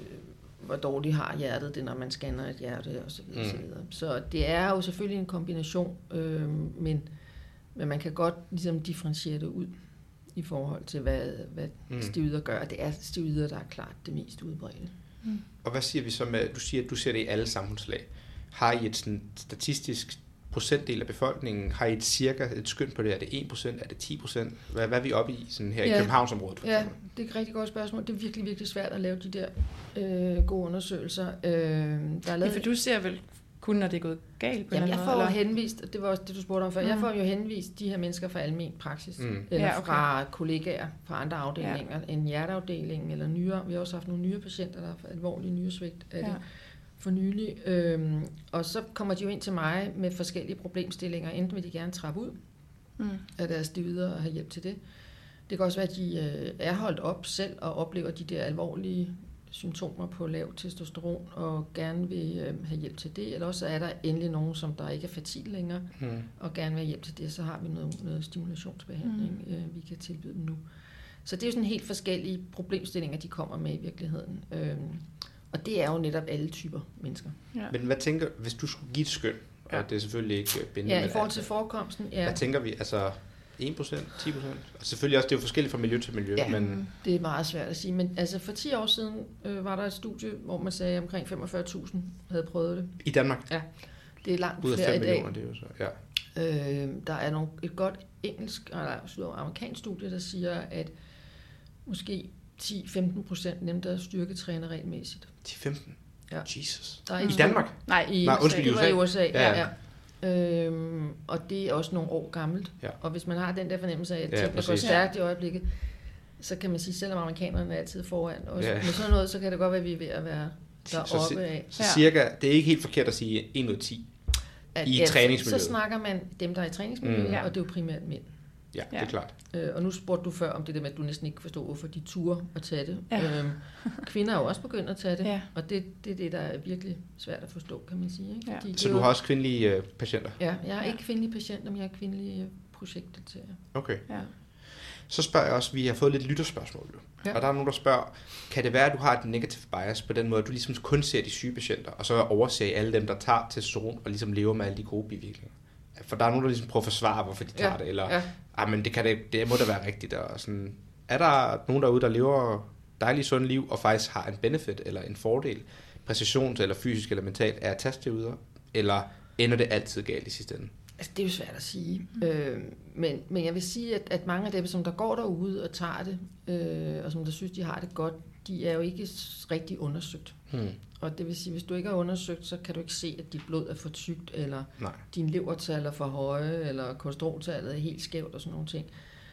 hvor dårligt har hjertet det, når man scanner et hjerte og så videre, mm. så videre. Så det er jo selvfølgelig en kombination, øh, men, men man kan godt ligesom differentiere det ud i forhold til, hvad, hvad mm. steroider gør. Det er steroider, der er klart det mest udbredte. Mm. Og hvad siger vi så med, du siger, at du ser det i alle samfundslag. Har I et sådan statistisk procentdel af befolkningen, har I et cirka et skøn på det? Er det en procent? Er det ti procent? Hvad, hvad er vi oppe i sådan her ja. i Københavnsområdet? For ja, det er et rigtig godt spørgsmål. Det er virkelig, virkelig svært at lave de der øh, gode undersøgelser. Øh, der er lavet... ja, for du ser vel kun, når det er gået galt på Jamen, en jeg får jo henvist, det var også det, du spurgte om før, mm. jeg får jo henvist de her mennesker fra almen praksis, mm. eller ja, okay. fra kollegaer fra andre afdelinger, ja. en hjerteafdeling eller nyre. Vi har også haft nogle nyre patienter, der har fået alvorlig nyresvigt af ja. det. For nylig. Øhm, og så kommer de jo ind til mig med forskellige problemstillinger. Enten vil de gerne trappe ud mm. af deres steroider og have hjælp til det. Det kan også være, at de øh, er holdt op selv og oplever de der alvorlige symptomer på lav testosteron og gerne vil øh, have hjælp til det. Eller også er der endelig nogen, som der ikke er fertil længere mm. og gerne vil have hjælp til det. Så har vi noget, noget stimulationsbehandling, mm. øh, vi kan tilbyde dem nu. Så det er jo sådan helt forskellige problemstillinger, de kommer med i virkeligheden. Øhm, Og det er jo netop alle typer mennesker. Ja. Men hvad tænker, hvis du skulle give et skøn, ja. og det er selvfølgelig ikke bindende. Ja, i forhold til forekomsten, ja. Hvad tænker vi? Altså en procent, ti procent? Og selvfølgelig også, det er jo forskelligt fra miljø til miljø. Ja, men... det er meget svært at sige. Men altså for ti år siden øh, var der et studie, hvor man sagde, at omkring femogfyrre tusind havde prøvet det. I Danmark? Ja, det er langt ud af flere i dag. Det er jo så, ja. Øh, der er nogle, et godt engelsk, eller amerikansk studie, der siger, at måske ti til femten procent dem, der styrketræner regelmæssigt. ti til femten? Ja. Jesus. Der er I Danmark? Nej, i Nej, undskyld, det i U S A. var i U S A. Ja, Ja, ja. Øhm, og det er også nogle år gammelt. Ja. Og hvis man har den der fornemmelse af, at Ja, tingene går præcis. stærkt i øjeblikket, så kan man sige, selvom amerikanerne er altid foran, også Ja. med sådan noget, så kan det godt være, at vi er ved at være deroppe af. Så cirka, det er ikke helt forkert at sige en ud af ti At, i ja, træningsmiljøet. Så snakker man dem, der er i træningsmiljøet, Mm. og det er jo primært mænd. Ja, det er Ja. klart. Øh, og nu spurgte du før om det der med, at du næsten ikke forstod, hvorfor de turde at tage det. Ja. Øhm, kvinder er jo også begyndt at tage det, Ja. og det, det er det, der er virkelig svært at forstå, kan man sige. Ikke? Ja. Fordi det Så er du jo- har også kvindelige øh, patienter? Ja, jeg har Ja. ikke kvindelige patienter, men jeg har kvindelige øh, projektdeltagere. Okay. Ja. Så spørger jeg også, vi har fået lidt lytterspørgsmål. Jo. Ja. Og der er nogen, der spørger, kan det være, at du har et negative bias på den måde, at du ligesom kun ser de syge patienter, og så overser alle dem, der tager testosteron og ligesom lever med alle de gode bivirkninger? For der er nogen, der ligesom prøver at forsvare, hvorfor de tager Ja, det, eller, ja. ah, men det, kan det, det må da være rigtigt. Og sådan. Er der nogen derude, der lever dejligt sundt liv, og faktisk har en benefit eller en fordel, præcisions- eller fysisk eller mentalt, af at tage steroider, eller ender det altid galt i sidste ende? Altså, det er jo svært at sige. Mm. Øh, men, men jeg vil sige, at, at mange af dem, som der går derude og tager det, øh, og som der synes, de har det godt, de er jo ikke rigtig undersøgt. Hmm. Og det vil sige, hvis du ikke er undersøgt, så kan du ikke se, at dit blod er for tykt, eller Nej. din levertal er for høje, eller kolesteroltallet er helt skævt og sådan nogle ting.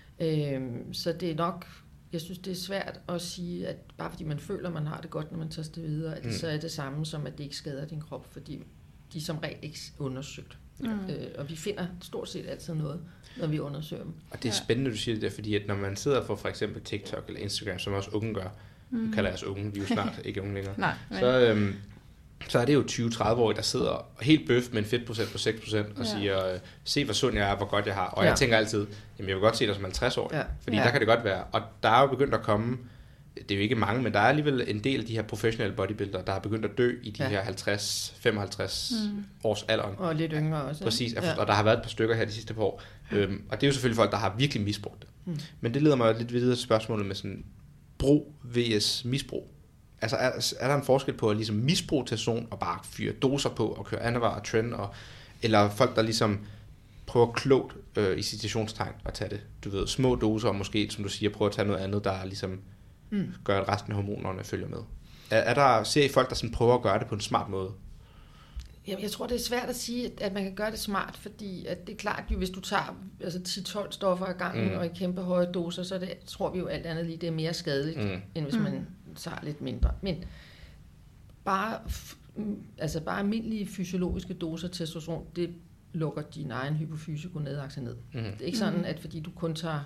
Øh, så det er nok, jeg synes, det er svært at sige, at bare fordi man føler, man har det godt, når man tager det videre, at Mm. så er det samme som, at det ikke skader din krop, fordi de er som regel ikke undersøgt. Mm. Øh, og vi finder stort set altid noget, når vi undersøger dem. Og det er Ja. spændende, du siger det der, fordi at når man sidder på for eksempel TikTok eller Instagram, som også unge gør, mm. kalder jeg os unge, vi er jo snart ikke unge længere, Nej, men- så, øhm, så er det jo tyve til tredive-årige, der sidder helt bøf med en fedtprocent på seks procent og Ja. siger, øh, se hvor sund jeg er, hvor godt jeg har. Og Ja. jeg tænker altid, jamen jeg vil godt se dig som halvtreds-årig, Ja. fordi Ja. der kan det godt være. Og der er jo begyndt at komme, det er jo ikke mange, men der er alligevel en del af de her professionelle bodybuildere, der har begyndt at dø i de Ja. her halvtreds femoghalvtreds Mm. års alderen. Og lidt yngre også. Præcis, Ja. og der har været et par stykker her de sidste par år. Øhm, og det er jo selvfølgelig folk, der har virkelig misbrugt det. Mm. Men det leder mig lidt videre til spørgsmålet med sådan brug vs misbrug. Altså er, er der en forskel på at ligesom misbruge testosteron og bare fyre doser på og køre anavar og trend, og, eller folk, der ligesom prøver klogt øh, i citationstegn at tage det. Du ved, små doser og måske, som du siger, prøver at tage noget andet, der ligesom Mm. gør, at resten af hormonerne følger med. Er, er der, ser I folk, der sådan prøver at gøre det på en smart måde? Jamen, jeg tror, det er svært at sige, at man kan gøre det smart, fordi at det er klart jo, hvis du tager altså ti til tolv stoffer ad gangen Mm. mm. og i kæmpe høje doser, så det, tror vi jo alt andet lige, det er mere skadeligt, Mm. mm. end hvis Mm. man tager lidt mindre. Men bare, f- mm, altså bare almindelige fysiologiske doser testosteron, det lukker din egen hypofyse gonadakse ned. Mm. Det er ikke sådan, at fordi du kun tager,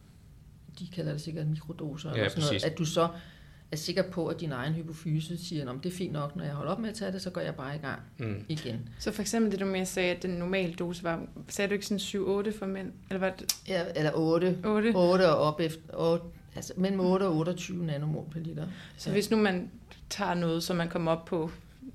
de kalder det sikkert mikrodoser, Ja, eller sådan noget, præcis. at du så er sikker på, at din egen hypofyse siger, at det er fint nok, når jeg holder op med at tage det, så går jeg bare i gang Mm. igen. Så for eksempel det, du mere sagde, at den normale dose var, sagde du ikke sådan syv otte for mænd? Eller var det Ja, eller otte. otte? otte og op efter, otte, altså mellem otte og otteogtyve nanomol per liter. Så hvis nu man tager noget, så man kommer op på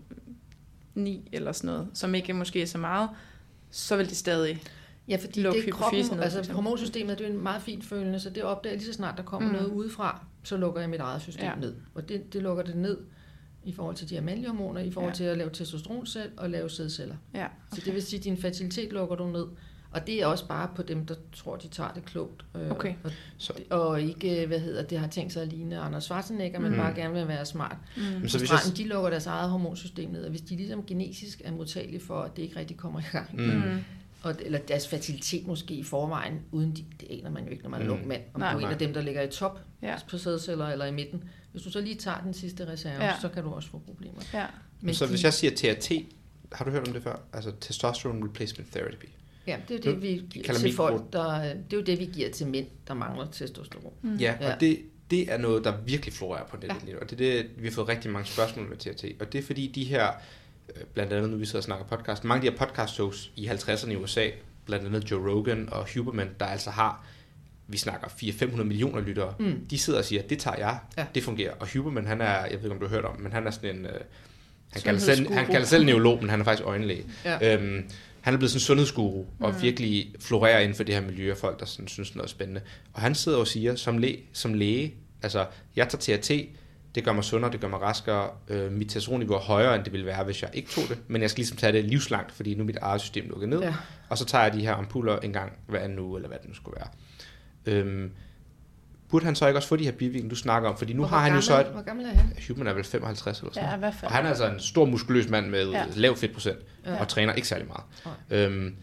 ni eller sådan noget, som ikke måske er så meget, så vil det stadig... Ja, fordi lukke det er hypofysen kroppen, ned, for altså eksempel. hormonsystemet, det er jo en meget fint følende, så det opdager lige så snart, der kommer Mm. mm. noget udefra, så lukker jeg mit eget system Ja. ja. ned. Og det, det lukker det ned i forhold til de her mandlige hormoner, i forhold Ja. til at lave testosteron selv og lave sædceller. Ja, Så det vil sige, at din fertilitet lukker du ned. Og det er også bare på dem, der tror, de tager det klogt. Øh, Okay. Og, Så, og ikke, hvad hedder det, har tænkt sig at ligne Anders Schwarzenegger, men Mm. bare gerne vil være smart. Mm. Men Så så hvis jeg, stranden, de lukker deres eget hormonsystem ned, og hvis de ligesom genetisk er modtagelige for, at det ikke rigtig kommer i gang, mm. Mm. og, eller deres fertilitet måske i forvejen, uden de, det aner man jo ikke, når man er en Mm. ung mand, om Nej. du er en Nej. af dem, der ligger i top Ja. på sædceller eller i midten. Hvis du så lige tager den sidste reserve, Ja. så kan du også få problemer. Ja. Men så de, hvis jeg siger T R T, har du hørt om det før? Altså Testosterone Replacement Therapy. ja, det er jo Nu- det, vi giver kalder til mikro- folk, der, det er jo det, vi giver til mænd, der mangler testosteron. Mm. Ja, Ja. og det, det er noget, der virkelig florerer på nettet Ja. lige nu. Og det er det, vi har fået rigtig mange spørgsmål med T R T. Og det er fordi de her, øh, blandt andet nu vi sidder og snakker podcast, mange af de her podcast shows i halvtredserne i U S A, blandt andet Joe Rogan og Huberman, der altså har, vi snakker fire til fem hundrede millioner lyttere, Mm. de sidder og siger, det tager jeg, Ja. det fungerer. Og Huberman, han er, jeg ved ikke om du har hørt om, men han er sådan en, øh, han, kalder selv, han Sundhedsguru. kalder selv neurolog, men han er faktisk øjenlæge. Ja. Øhm, han er blevet sådan en sundhedsguru, og Mm. virkelig florerer inden for det her miljø af folk, der sådan, synes noget er spændende. Og han sidder og siger, som, læge, som læge, altså, jeg tager T R T, det gør mig sundere, det gør mig raskere, øh, mit testosteronniveau er højere, end det ville være, hvis jeg ikke tog det, men jeg skal ligesom tage det livslangt, fordi nu er mit eget system lukket ned, Ja. og så tager jeg de her ampuller en gang hver anden uge, eller hvad det nu skulle være. Øhm, burde han så ikke også få de her bivirkninger, du snakker om? Fordi nu hvor har han gammel, jo så et... Hvor gammel er han? Human er vel femoghalvtreds eller sådan Ja, i hvert fald. Og han er altså en stor muskuløs mand med Ja. lav fedtprocent, Ja. og træner ikke særlig meget. Nej. Øhm,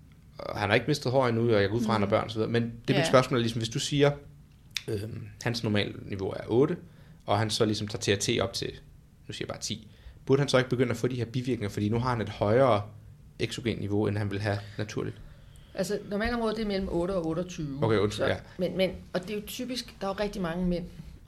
og han har ikke mistet hår endnu, og jeg går ud fra, at han har børn og så videre. Men det er Ja. mit spørgsmål er ligesom, hvis du siger, øhm, hans normale niveau er otte, og han så ligesom tager T R T op til, nu siger jeg bare ti, burde han så ikke begynde at få de her bivirkninger, fordi nu har han et højere exogen niveau, end han vil have naturligt? Altså, normalområdet det er mellem otte og otteogtyve. Okay, undskyld, Så- ja. Men, men, og det er jo typisk, der er jo rigtig mange mænd,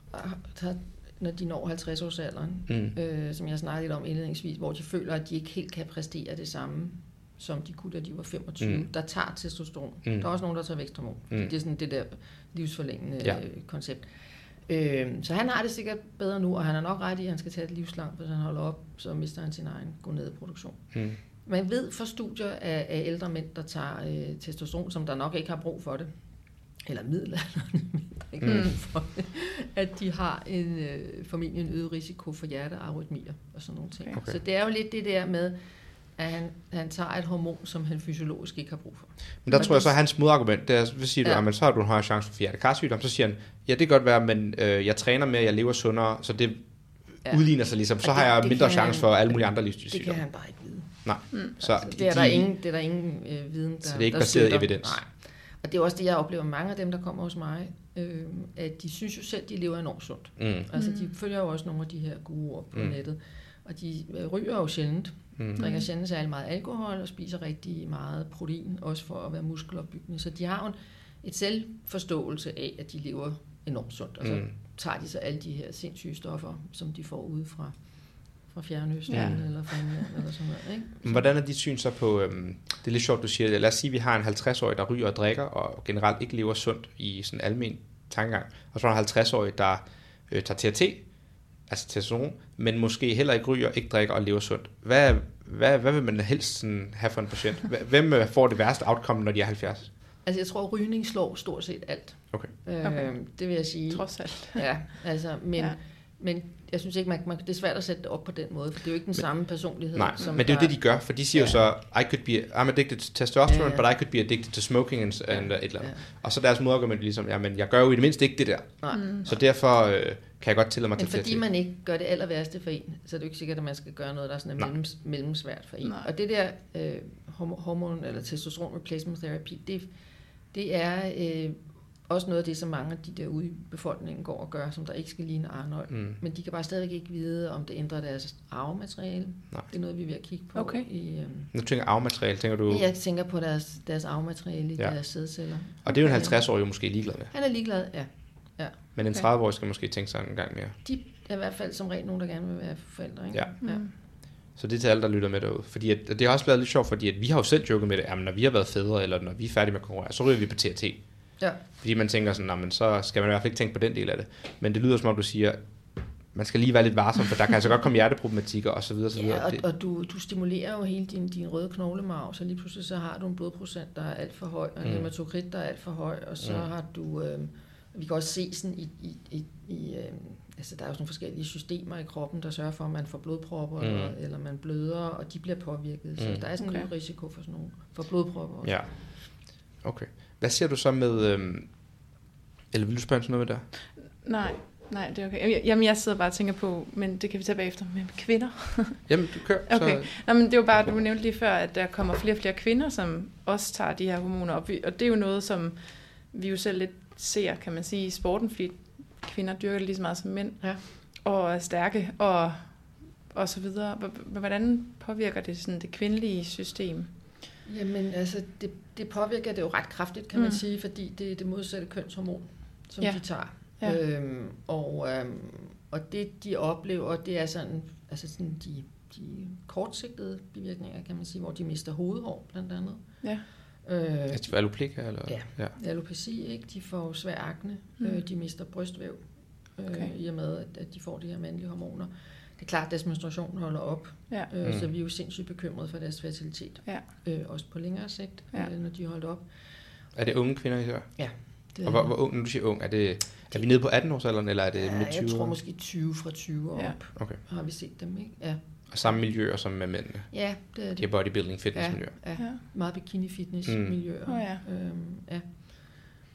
der, når de når halvtreds års alderen, Mm. øh, som jeg snakkede lidt om indledningsvis, hvor de føler, at de ikke helt kan præstere det samme, som de kunne, da de var femogtyve, Mm. der tager testosteron. Mm. Der er også nogen, der tager væksthormon. Mm. Det er sådan det der livsforlængende Ja. ja. koncept. Øh, så han har det sikkert bedre nu, og han er nok ret i, at han skal tage et livslangt, hvis han holder op, så mister han sin egen gonadeproduktion. Mm. Man ved fra studier af, af ældre mænd, der tager øh, testosteron, som der nok ikke har brug for det, eller middelalderne mænd, der ikke har Mm. brug for det, at de har en, øh, formentlig en øget risiko for hjertearytmier og sådan nogle ting. Okay. Okay. Så det er jo lidt det der med, at han, han tager et hormon, som han fysiologisk ikke har brug for. Men der Men tror jeg det- så, at hans modargument, det er, hvad siger du, Ja. ja. men så har du en højere chance for hjertekarsygdom. Så siger han, ja, det kan godt være, men øh, jeg træner mere, jeg lever sundere, så det Ja. udligner sig ligesom. Så Og har det- jeg det mindre kan chance han- for alle mulige andre Det kan livsstilssygdomme. han bare ikke vide. Nej, Mm. så Altså, det, er der de- ingen, det er der ingen øh, viden, der Så det er ikke der baseret i støtter. evidens. Nej. Og det er også det, jeg oplever mange af dem, der kommer hos mig, øh, at de synes jo selv, de lever enormt sundt. Mm, Altså, Mm. de følger jo også nogle af de her guruer på Mm. nettet. Og de øh, ryger jo sjældent, mm, drikker sjældent særlig meget alkohol og spiser rigtig meget protein, også for at være muskelopbyggende. Så de har jo en- et selvforståelse af, at de lever enormt sundt. Og så Mm. tager de så alle de her sindssyge stoffer, som de får ude fra, fra Fjernøsten Ja. eller fra England eller sådan noget. Ikke? Men hvordan er dit syn så på, øhm, det er lidt sjovt, du siger det. Lad os sige, at vi har en halvtreds-årig, der ryger og drikker, og generelt ikke lever sundt i sådan en almen tankegang. Og så er der en halvtreds-årig, der øh, tager T R T, altså testosteron, men måske heller ikke ryger, ikke drikker og lever sundt. Hvad, hvad, hvad vil man helst sådan have for en patient? Hvem øh, får det værste outcome, når de er halvfjerds? Altså, jeg tror, rygning slår stort set alt. Okay. Øh, Okay. Det vil jeg sige. Trods alt. Ja, altså, men, Ja. ja. men jeg synes ikke, man, man, det er svært at sætte det op på den måde, for det er jo ikke den Men- samme personlighed. Nej, som men det er jo der- det, de gør, for de siger Ja. jo så, I could be, I'm addicted to testosterone, Ja, ja. but I could be addicted to smoking and, and uh, et eller andet. Ja. Og så deres modargument ligesom, jamen jeg gør jo i det mindste ikke det der, Nej. Mm. så derfor øh, kan jeg godt tillade mig Men til fordi man ikke gør det aller værste for en, så er det jo ikke sikkert, at man skal gøre noget, der er sådan Nej. mellems, mellemsvært for en. Nej. Og det der øh, hormo- hormon- eller testosteron replacement therapy, det, det er øh, også noget af det, som mange af de der ude i befolkningen går og gør, som der ikke skal ligne Arnold. Mm. Men de kan bare stadigvæk ikke vide, om det ændrer deres arvemateriale. Nej. Det er noget, vi er ved at kigge på. Okay. I, øh, Nu tænker jeg arvemateriale, tænker du, jeg tænker på deres, deres arvemateriale i Ja. deres sædceller. og det er jo en Okay. halvtreds-årig jo måske ligeglad med, Han er ligeglad, ja. men en Okay. tredive-årig skal måske tænke sig en gang mere. De er i hvert fald som regel nogen, der gerne vil være forældre, ikke? Ja. ja. Mm. Så det er til alle, der lytter med derude. Fordi at, det har også været lidt sjovt, fordi at vi har jo selv joket med det, jamen når vi har været fædre, eller når vi er færdige med at konkurrere, så ryger vi på T R T. Ja. Fordi man tænker sådan, men så skal man i hvert fald ikke tænke på den del af det. Men det lyder som om du siger, man skal lige være lidt varsom, for der kan altså godt komme hjerteproblematikker og så videre, så videre. Ja, og, Det- og du, du stimulerer jo hele din, din røde knoglemarv, så lige pludselig så har du en blodprocent, der er alt for høj, og en Mm. hematokrit, der er alt for høj, og så Mm. har du, øh, vi kan også se sådan i, i, i, i øh, altså der er jo sådan nogle forskellige systemer i kroppen, der sørger for, at man får blodpropper, Mm. eller, eller man bløder, og de bliver påvirket, så Mm. der er sådan en Okay. okay. risiko for sådan nogle, for blodpropper også. Ja. Okay. Hvad siger du så med, øhm, eller vil du spørge om sådan noget med der? Nej, nej, det er okay. Jamen, jeg sidder bare og tænker på, men det kan vi tage bagefter, med kvinder. Jamen, du kører. Okay. Så, Nå, men det er jo bare, du nævnte lige før, at der kommer flere og flere kvinder, som også tager de her hormoner op. Vi- Og det er jo noget, som vi jo selv lidt ser, kan man sige, i sporten, fordi kvinder dyrker det lige så meget som mænd, Ja. og er stærke, og, og så videre. H- Hvordan påvirker det sådan det kvindelige system? Jamen, altså, det, det påvirker det jo ret kraftigt, kan mm. man Mm. sige, fordi det er det modsatte kønshormon, som Ja. de tager. Ja. Øhm, og, øhm, og det, de oplever, det er sådan, altså sådan de, de kortsigtede bivirkninger, kan man sige, hvor de mister hovedhår, blandt andet. Ja. Øh, altså, alopecia, eller? Ja. ja. alopeci, ikke? De får svær akne, Mm. mm. øh, de mister brystvæv, øh, Okay. i og med, at, at de får de her mandlige hormoner. Det er klart, at deres menstruation holder op, Ja. øh, Mm. så vi er jo sindssygt bekymrede for deres fertilitet, Ja. øh, også på længere sigt, Ja. øh, når de holder op. Er det unge kvinder især? Det, Og hvor, hvor ung, når du siger ung, er, det, er vi nede på atten-årsalderen, eller er det ja, midt tyverne? jeg tror måske tyve fra tyve op, Ja. Okay. har vi set dem, ikke? Ja, Og samme miljøer som med mændene? ja det er De det. er bodybuilding, fitnessmiljøer? Ja, Ja. meget bikini-fitness-miljøer. Åh, ja. Øhm, ja.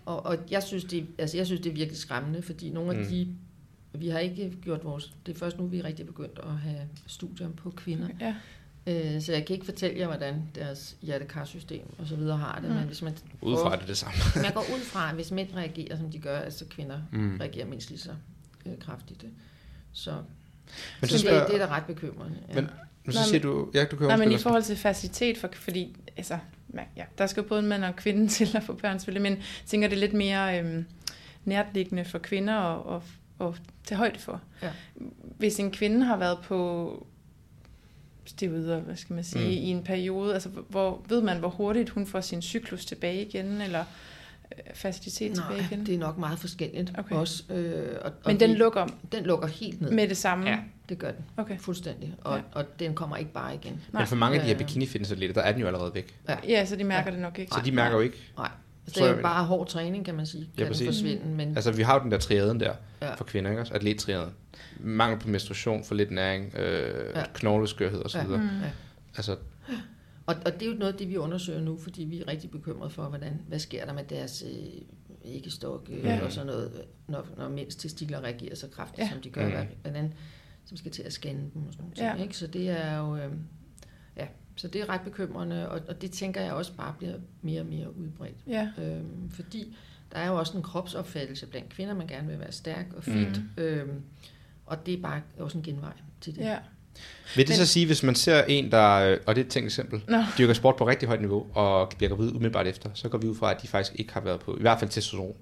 Og, og jeg, synes, det, altså, jeg synes, det er virkelig skræmmende, fordi nogle af mm. de... Vi har ikke gjort vores... Det er først nu, vi er rigtig begyndt at have studier på kvinder. Ja. Øh, så jeg kan ikke fortælle jer, hvordan deres hjertekarsystem og så videre har det. Mm. Men hvis man... Udefra er det det samme. Man går ud fra, at hvis mænd reagerer, som de gør, altså kvinder mm. reagerer mindst lige så øh, kraftigt. Så, men så, så det, det er da ret bekymrende. Ja. Men, men så siger du... Ja, du kan nej, men i forhold til facilitet, for, fordi... Altså, ja, der skal jo både en mand og kvinde til at få børn, selvfølgelig, men jeg tænker, det er lidt mere øhm, nærtliggende for kvinder og, og, og til højde for. Ja. Hvis en kvinde har været på steroider, hvad skal man sige, mm. i en periode, altså hvor ved man, hvor hurtigt hun får sin cyklus tilbage igen, eller øh, facilitet Nej, tilbage igen? Det er nok meget forskelligt. Okay. Også, øh, og, men og den de, lukker? Den lukker helt ned. Med det samme? Ja, det gør den. Okay. Fuldstændig. Og, ja. og den kommer ikke bare igen. Nej. Men for mange af de her bikini-fitness-atleter, der er den jo allerede væk. Ja, ja så de mærker ja. det nok ikke. Så de mærker jo ikke. Nej. Så det er jo bare hård træning, kan man sige, kan ja, den forsvinde. Men... Altså, vi har jo den der triaden der ja. for kvinder, ikke også? Atlettriaden. Mangel på menstruation, for lidt næring, øh, ja. knogleskørhed og så videre. Ja. Mm. Ja. Altså... Og, og det er jo noget af det, vi undersøger nu, fordi vi er rigtig bekymrede for, hvordan, hvad sker der med deres øh, æggestok øh, ja. og sådan noget, når, når mænds testikler reagerer så kraftigt, ja. som de gør, mm. hvordan, som skal til at scanne dem og sådan noget. Ja. Ikke? Så det er jo... Øh, ja. Så det er ret bekymrende, og, og det tænker jeg også bare bliver mere og mere udbredt. Ja. Øhm, fordi der er jo også en kropsopfattelse blandt kvinder, man gerne vil være stærk og fit, mm. øhm, og det er bare også en genvej til det. Ja. Vil det Men, så sige, hvis man ser en, der, og det er et tænkt eksempel, no. dyrker sport på rigtig højt niveau, og bliver gravid umiddelbart efter, så går vi ud fra, at de faktisk ikke har været på, i hvert fald testosteron.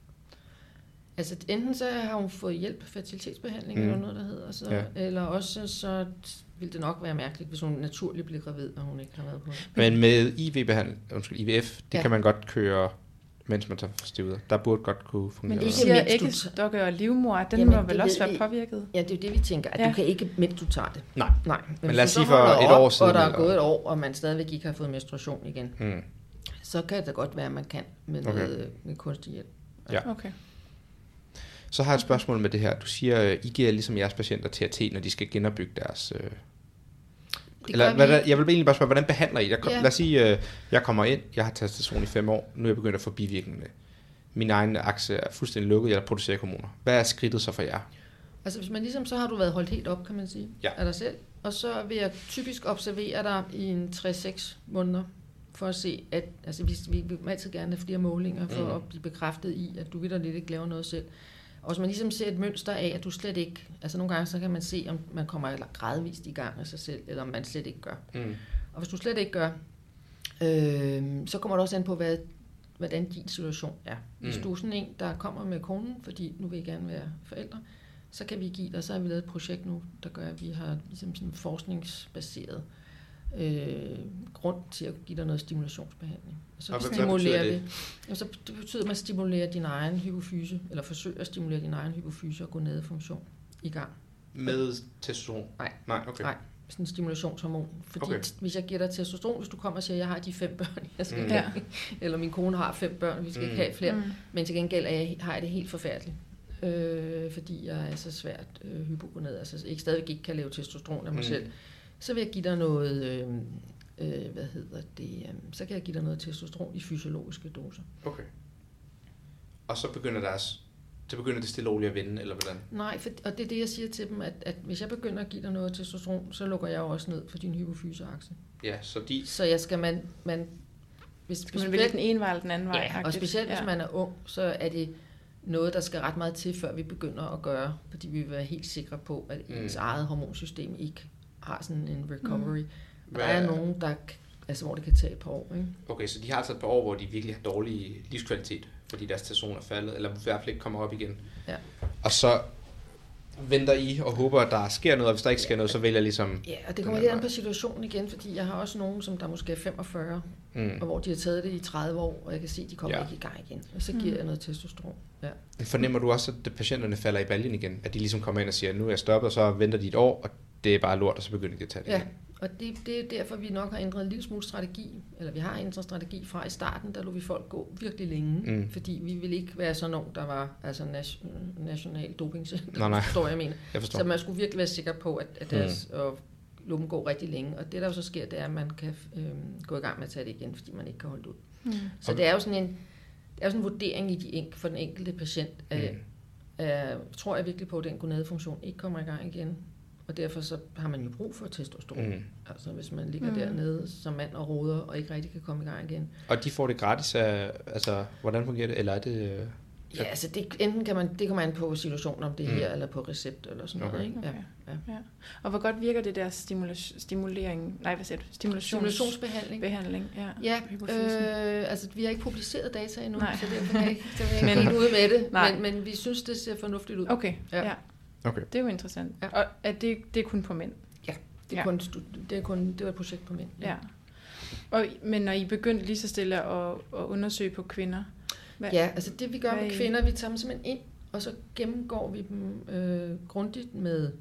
Altså enten så har hun fået hjælp, fertilitetsbehandling mm. eller noget, der hedder, så, ja. eller også så vil det nok være mærkeligt, hvis hun naturligt bliver gravid, og hun ikke har været på det. Men med I V-behandling, undskyld, I V F, det ja. kan man godt køre, mens man tager steroider. Der burde godt kunne fungere. Men I siger æggestokke og livmor, den Jamen, må vel også være påvirket? Ja, det er jo det, vi tænker, at ja. du kan ikke, mens du tager det. Nej, Nej. Men, men lad os sige for et år siden. Og der er gået et år, og man stadigvæk ikke har fået menstruation igen. Hmm. Så kan det godt være, at man kan med, okay. med, med kunstig hjælp. Ja. Okay. Så har jeg et spørgsmål med det her. Du siger, I giver ligesom jeres patienter T R T, når de skal genopbygge deres... Øh... Eller, hvad, jeg vil egentlig bare spørge, hvordan behandler I? Jeg, kom, ja. Lad os sige, øh, jeg kommer ind, jeg har testosteron i fem år, nu er jeg begyndt at få bivirkningerne. Min egen akse er fuldstændig lukket, jeg producerer hormoner. Hvad er skridtet så for jer? Altså hvis man ligesom, så har du været holdt helt op, kan man sige, ja. af dig selv. Og så vil jeg typisk observere dig i en tre til seks måneder, for at se, at altså, vi, vi vil altid gerne have flere målinger, for mm. at blive bekræftet i, at du vitterligt ikke laver noget selv. Og hvis man ligesom ser et mønster af, at du slet ikke... Altså nogle gange, så kan man se, om man kommer gradvist i gang af sig selv, eller om man slet ikke gør. Mm. Og hvis du slet ikke gør, øh, så kommer det også an på, hvad, hvordan din situation er. Hvis mm. du er sådan en, der kommer med konen, fordi nu vil I gerne være forældre, så kan vi give dig, så har vi lavet et projekt nu, der gør, at vi har ligesom sådan forskningsbaseret øh, grund til at give dig noget stimulationsbehandling. Og så og stimulerer det? Det, så det betyder, at man stimulerer din egen hypofyse, eller forsøger at stimulere din egen hypofyse og gå ned i funktion i gang. Med testosteron? Nej, Nej, okay. Nej, sådan en stimulationshormon. Fordi okay. hvis jeg giver dig testosteron, hvis du kommer og siger, at jeg har de fem børn, jeg skal mm. have, eller min kone har fem børn, vi skal mm. ikke have flere, mm. men til gengæld er jeg, har jeg det helt forfærdeligt. Øh, fordi jeg er så svært øh, hypogonad, altså ikke stadigvæk ikke kan lave testosteron af mig mm. selv, så vil jeg give dig noget, øh, øh, hvad hedder det, øh, så kan jeg give dig noget testosteron i fysiologiske doser. Okay. Og så begynder deres, så begynder det stille roligt at vende, eller hvordan? Nej, for, og det er det, jeg siger til dem, at, at hvis jeg begynder at give dig noget testosteron, så lukker jeg jo også ned for din hypofyseakse. Ja, så de... Så jeg skal man... man hvis, skal man vælge den ene vej eller den anden vej? Ja, og specielt ja. hvis man er ung, så er det noget, der skal ret meget til, før vi begynder at gøre, fordi vi vil være helt sikre på, at mm. ens eget hormonsystem ikke har sådan en recovery. Mm. Og der er nogen, der, altså, hvor det kan tage et par år. Ikke? Okay, så de har altså et par år, hvor de virkelig har dårlig livskvalitet, fordi deres testosteron er faldet, eller i hvert fald ikke kommer op igen. Ja. Og så venter I og håber, at der sker noget, og hvis der ikke sker noget, så vælger jeg ligesom... Ja, og det kommer lidt an på situationen igen, fordi jeg har også nogen, som der måske er femogfyrre, mm. og hvor de har taget det i tredive år, og jeg kan se, at de kommer ja. ikke i gang igen. Og så giver mm. jeg noget testosteron. Ja. Fornemmer du også, at patienterne falder i baljen igen? At de ligesom kommer ind og siger, nu er jeg stoppet, og så venter de et år, og det er bare lort, og så begynder de at tage det ja. igen? Og det, det er derfor, vi nok har ændret en lille smule strategi, eller vi har ændret strategi fra i starten, der lå vi folk gå virkelig længe, mm. fordi vi ville ikke være sådan nogen, der var altså nation, national dopingcenter, nej, nej. forstår jeg mener. Jeg forstår. Så man skulle virkelig være sikker på, at, at deres mm. og lukken går rigtig længe, og det der jo så sker, det er, at man kan øh, gå i gang med at tage det igen, fordi man ikke kan holde det ud. Mm. Så okay. det er jo sådan en, er sådan en vurdering i de enk, for den enkelte patient. Af, Mm. af, tror jeg virkelig på, at den gonadefunktion ikke kommer i gang igen. Og derfor så har man jo brug for testosteron. Mm. Altså hvis man ligger Mm. dernede som mand og roder, og ikke rigtig kan komme i gang igen. Og de får det gratis af, altså, hvordan fungerer det? Eller er det... øh, Ja, altså det, enten kan man, det kommer an på situationen, om det er Mm. her, eller på recept, eller sådan Okay. noget. Ikke? Ja, Okay. ja. Ja. Og hvor godt virker det der stimula- stimulering, nej, hvad siger du? Stimulations- Stimulationsbehandling. behandling, ja. Ja, Hypofysen. øh, altså vi har ikke publiceret data endnu, Nej. så derfor kan jeg ikke, så vil jeg Men- ikke helt ude med det, Nej. men, men vi synes, det ser fornuftigt ud. Okay, Ja. ja. ja. Okay. Det er jo interessant. Ja. Og er det, det er kun på mænd? Ja, det er, Ja. kun, stu- det er kun det var et projekt på mænd. Ja. Og, men når I begyndte lige så stille at, at undersøge på kvinder? Hvad? Ja, altså det vi gør Hvad med er I- kvinder, vi tager dem simpelthen ind, og så gennemgår vi dem øh, grundigt med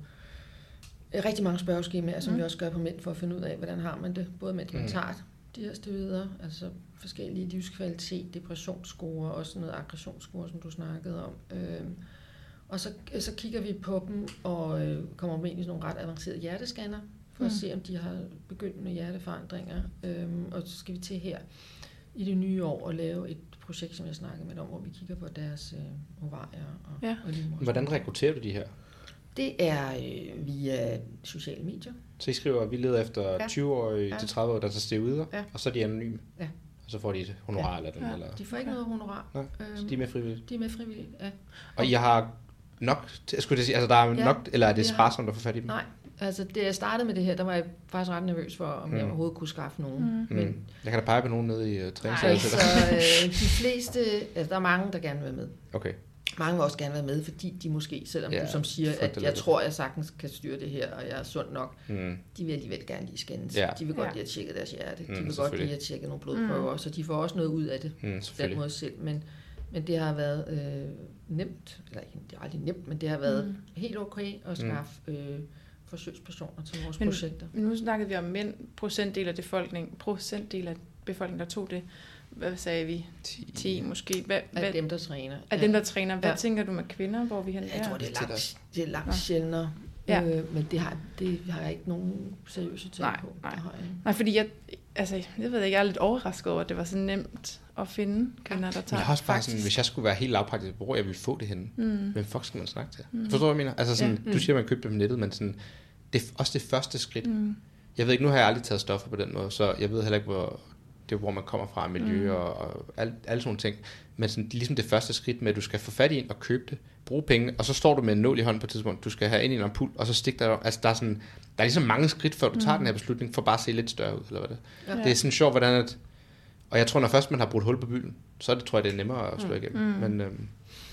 øh, rigtig mange spørgeskemaer, som Mm. vi også gør på mænd, for at finde ud af, hvordan har man det, både mens man Mm. tager de her steroider, altså forskellige livskvalitet, depressionsscore, også noget aggressionsscore, som du snakkede om. Øh, og så, så kigger vi på dem og øh, kommer med ind i sådan nogle ret avancerede hjertescanner, for at Mm. se, om de har begyndt med hjerteforandringer. Øh, og så skal vi til her i det nye år at lave et projekt, som jeg snakkede med om, hvor vi kigger på deres øh, ovarier og, Ja. og livmoder. Hvordan rekrutterer du de her? Det er øh, via sociale medier. Så I skriver, at vi leder efter Ja. tyve-årige Ja. til tredive-årige, der tager steroider, Ja. og så er de anonyme. Ja. Og så får de et honorar Ja. eller dem. Ja. Eller... De får ikke noget honorar. Nej, så de er med frivilligt. De er med frivilligt, ja. Og I har nok, til- skulle jeg sige, altså der er Ja, nok, eller er det vi har- sparsomt at få fat i dem? Nej, altså da jeg startede med det her, der var jeg faktisk ret nervøs for, om mm. jeg Mm. overhovedet kunne skaffe nogen. Mm. Men Mm. Jeg kan da pege på nogen nede i uh, træningssalen altså, til dig. øh, de fleste, altså der er mange, der gerne vil være med. Okay. Mange vil også gerne være med, fordi de måske, selvom Ja, du som siger, frygter at lidt. jeg tror, jeg sagtens kan styre det her, og jeg er sund nok, Mm. de vil alligevel gerne lige skændes. Ja. De vil godt Ja. lige have tjekket deres hjerte. Mm, De vil godt selvfølgelig. lige have tjekket nogle blodprøver, Mm. så de får også noget ud af det. Mm, på den selvfølgelig. måde selv, men, men det har været øh, nemt, eller ikke, det er aldrig nemt, men det har været Mm. helt okay at skaffe øh, forsøgspersoner til vores Men- projekter. Men nu snakkede vi om mænd, procentdel af befolkningen, procentdel af befolkningen, der tog det. Hvad sagde vi? ti måske. Hvad, Af hvad, dem, der træner. af dem, der træner. Hvad Ja. tænker du med kvinder, hvor vi hen Jeg tror, det er Det er langt, det er langt Nå. sjældnere, Ja. øh, men det har, det har jeg ikke nogen seriøse tal Nej, på. nej. Det har jeg ikke. Nej, fordi jeg, altså, jeg ved ikke, jeg er lidt overrasket over, at det var så nemt at finde kvinder, der Men tager jeg har også bare faktisk. sådan, hvis jeg skulle være helt lavpraktisk, hvor jeg ville få det henne. Mm. Hvem fuck skal man snakke til? Mm. Forstår du, hvad jeg mener? Altså sådan, Ja. du siger, at man købte det på nettet, men sådan, det er også det første skridt. Mm. Jeg ved ikke, nu har jeg aldrig taget stoffer på den måde, så jeg ved heller ikke, hvor, det er, hvor man kommer fra, miljø Mm. og, og alle, alle sådan nogle ting. Men sådan, ligesom det første skridt med, at du skal få fat i en og købe det, bruge penge, og så står du med en nål i hånden på et tidspunkt, du skal have ind i en ampul, og så stik der, altså der er sådan, der er ligesom mange skridt, før du tager Mm. den her beslutning, for bare at se lidt større ud, eller hvad det er. Ja. Det er sådan sjovt, hvordan at, og jeg tror, når først man har brudt hul på bylden, så er det, tror jeg, det er nemmere at slå igennem. Mm. Men øhm,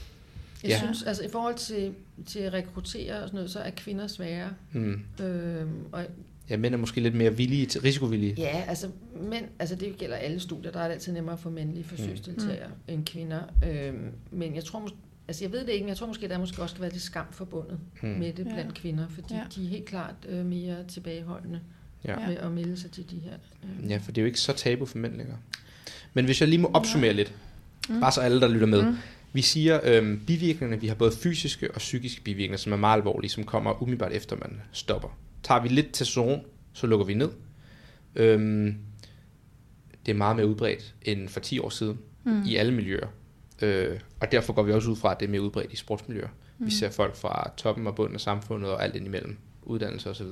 Jeg Ja. synes, altså i forhold til, til at rekruttere og sådan noget, så er kvinder svære. hmm, Øhm, og ja, mænd er måske lidt mere villige, til, risikovillige. ja, altså, men, altså det gælder alle studier. Der er det altid nemmere at få mandlige forsøgsdeltagere mm. end kvinder. Øhm, men jeg tror, mås- altså jeg ved det ikke, men jeg tror måske, der måske også skal være lidt skam forbundet Hmm. med det Ja. blandt kvinder, fordi Ja. de er helt klart øh, mere tilbageholdende Ja. med at melde sig til de her. Øh. Ja, for det er jo ikke så tabu for mænd længere. Men hvis jeg lige må opsummere lidt, Mm. bare så alle, der lytter med. Mm. Vi siger, øhm, bivirkningerne, vi har både fysiske og psykiske bivirkninger, som er meget alvorlige, som kommer umiddelbart efter, man stopper. Tager vi lidt testosteron, så lukker vi ned. Øhm, det er meget mere udbredt end for ti år siden Mm. i alle miljøer. Øh, og derfor går vi også ud fra, at det er mere udbredt i sportsmiljøer. Mm. Vi ser folk fra toppen og bunden af samfundet og alt indimellem, uddannelse osv.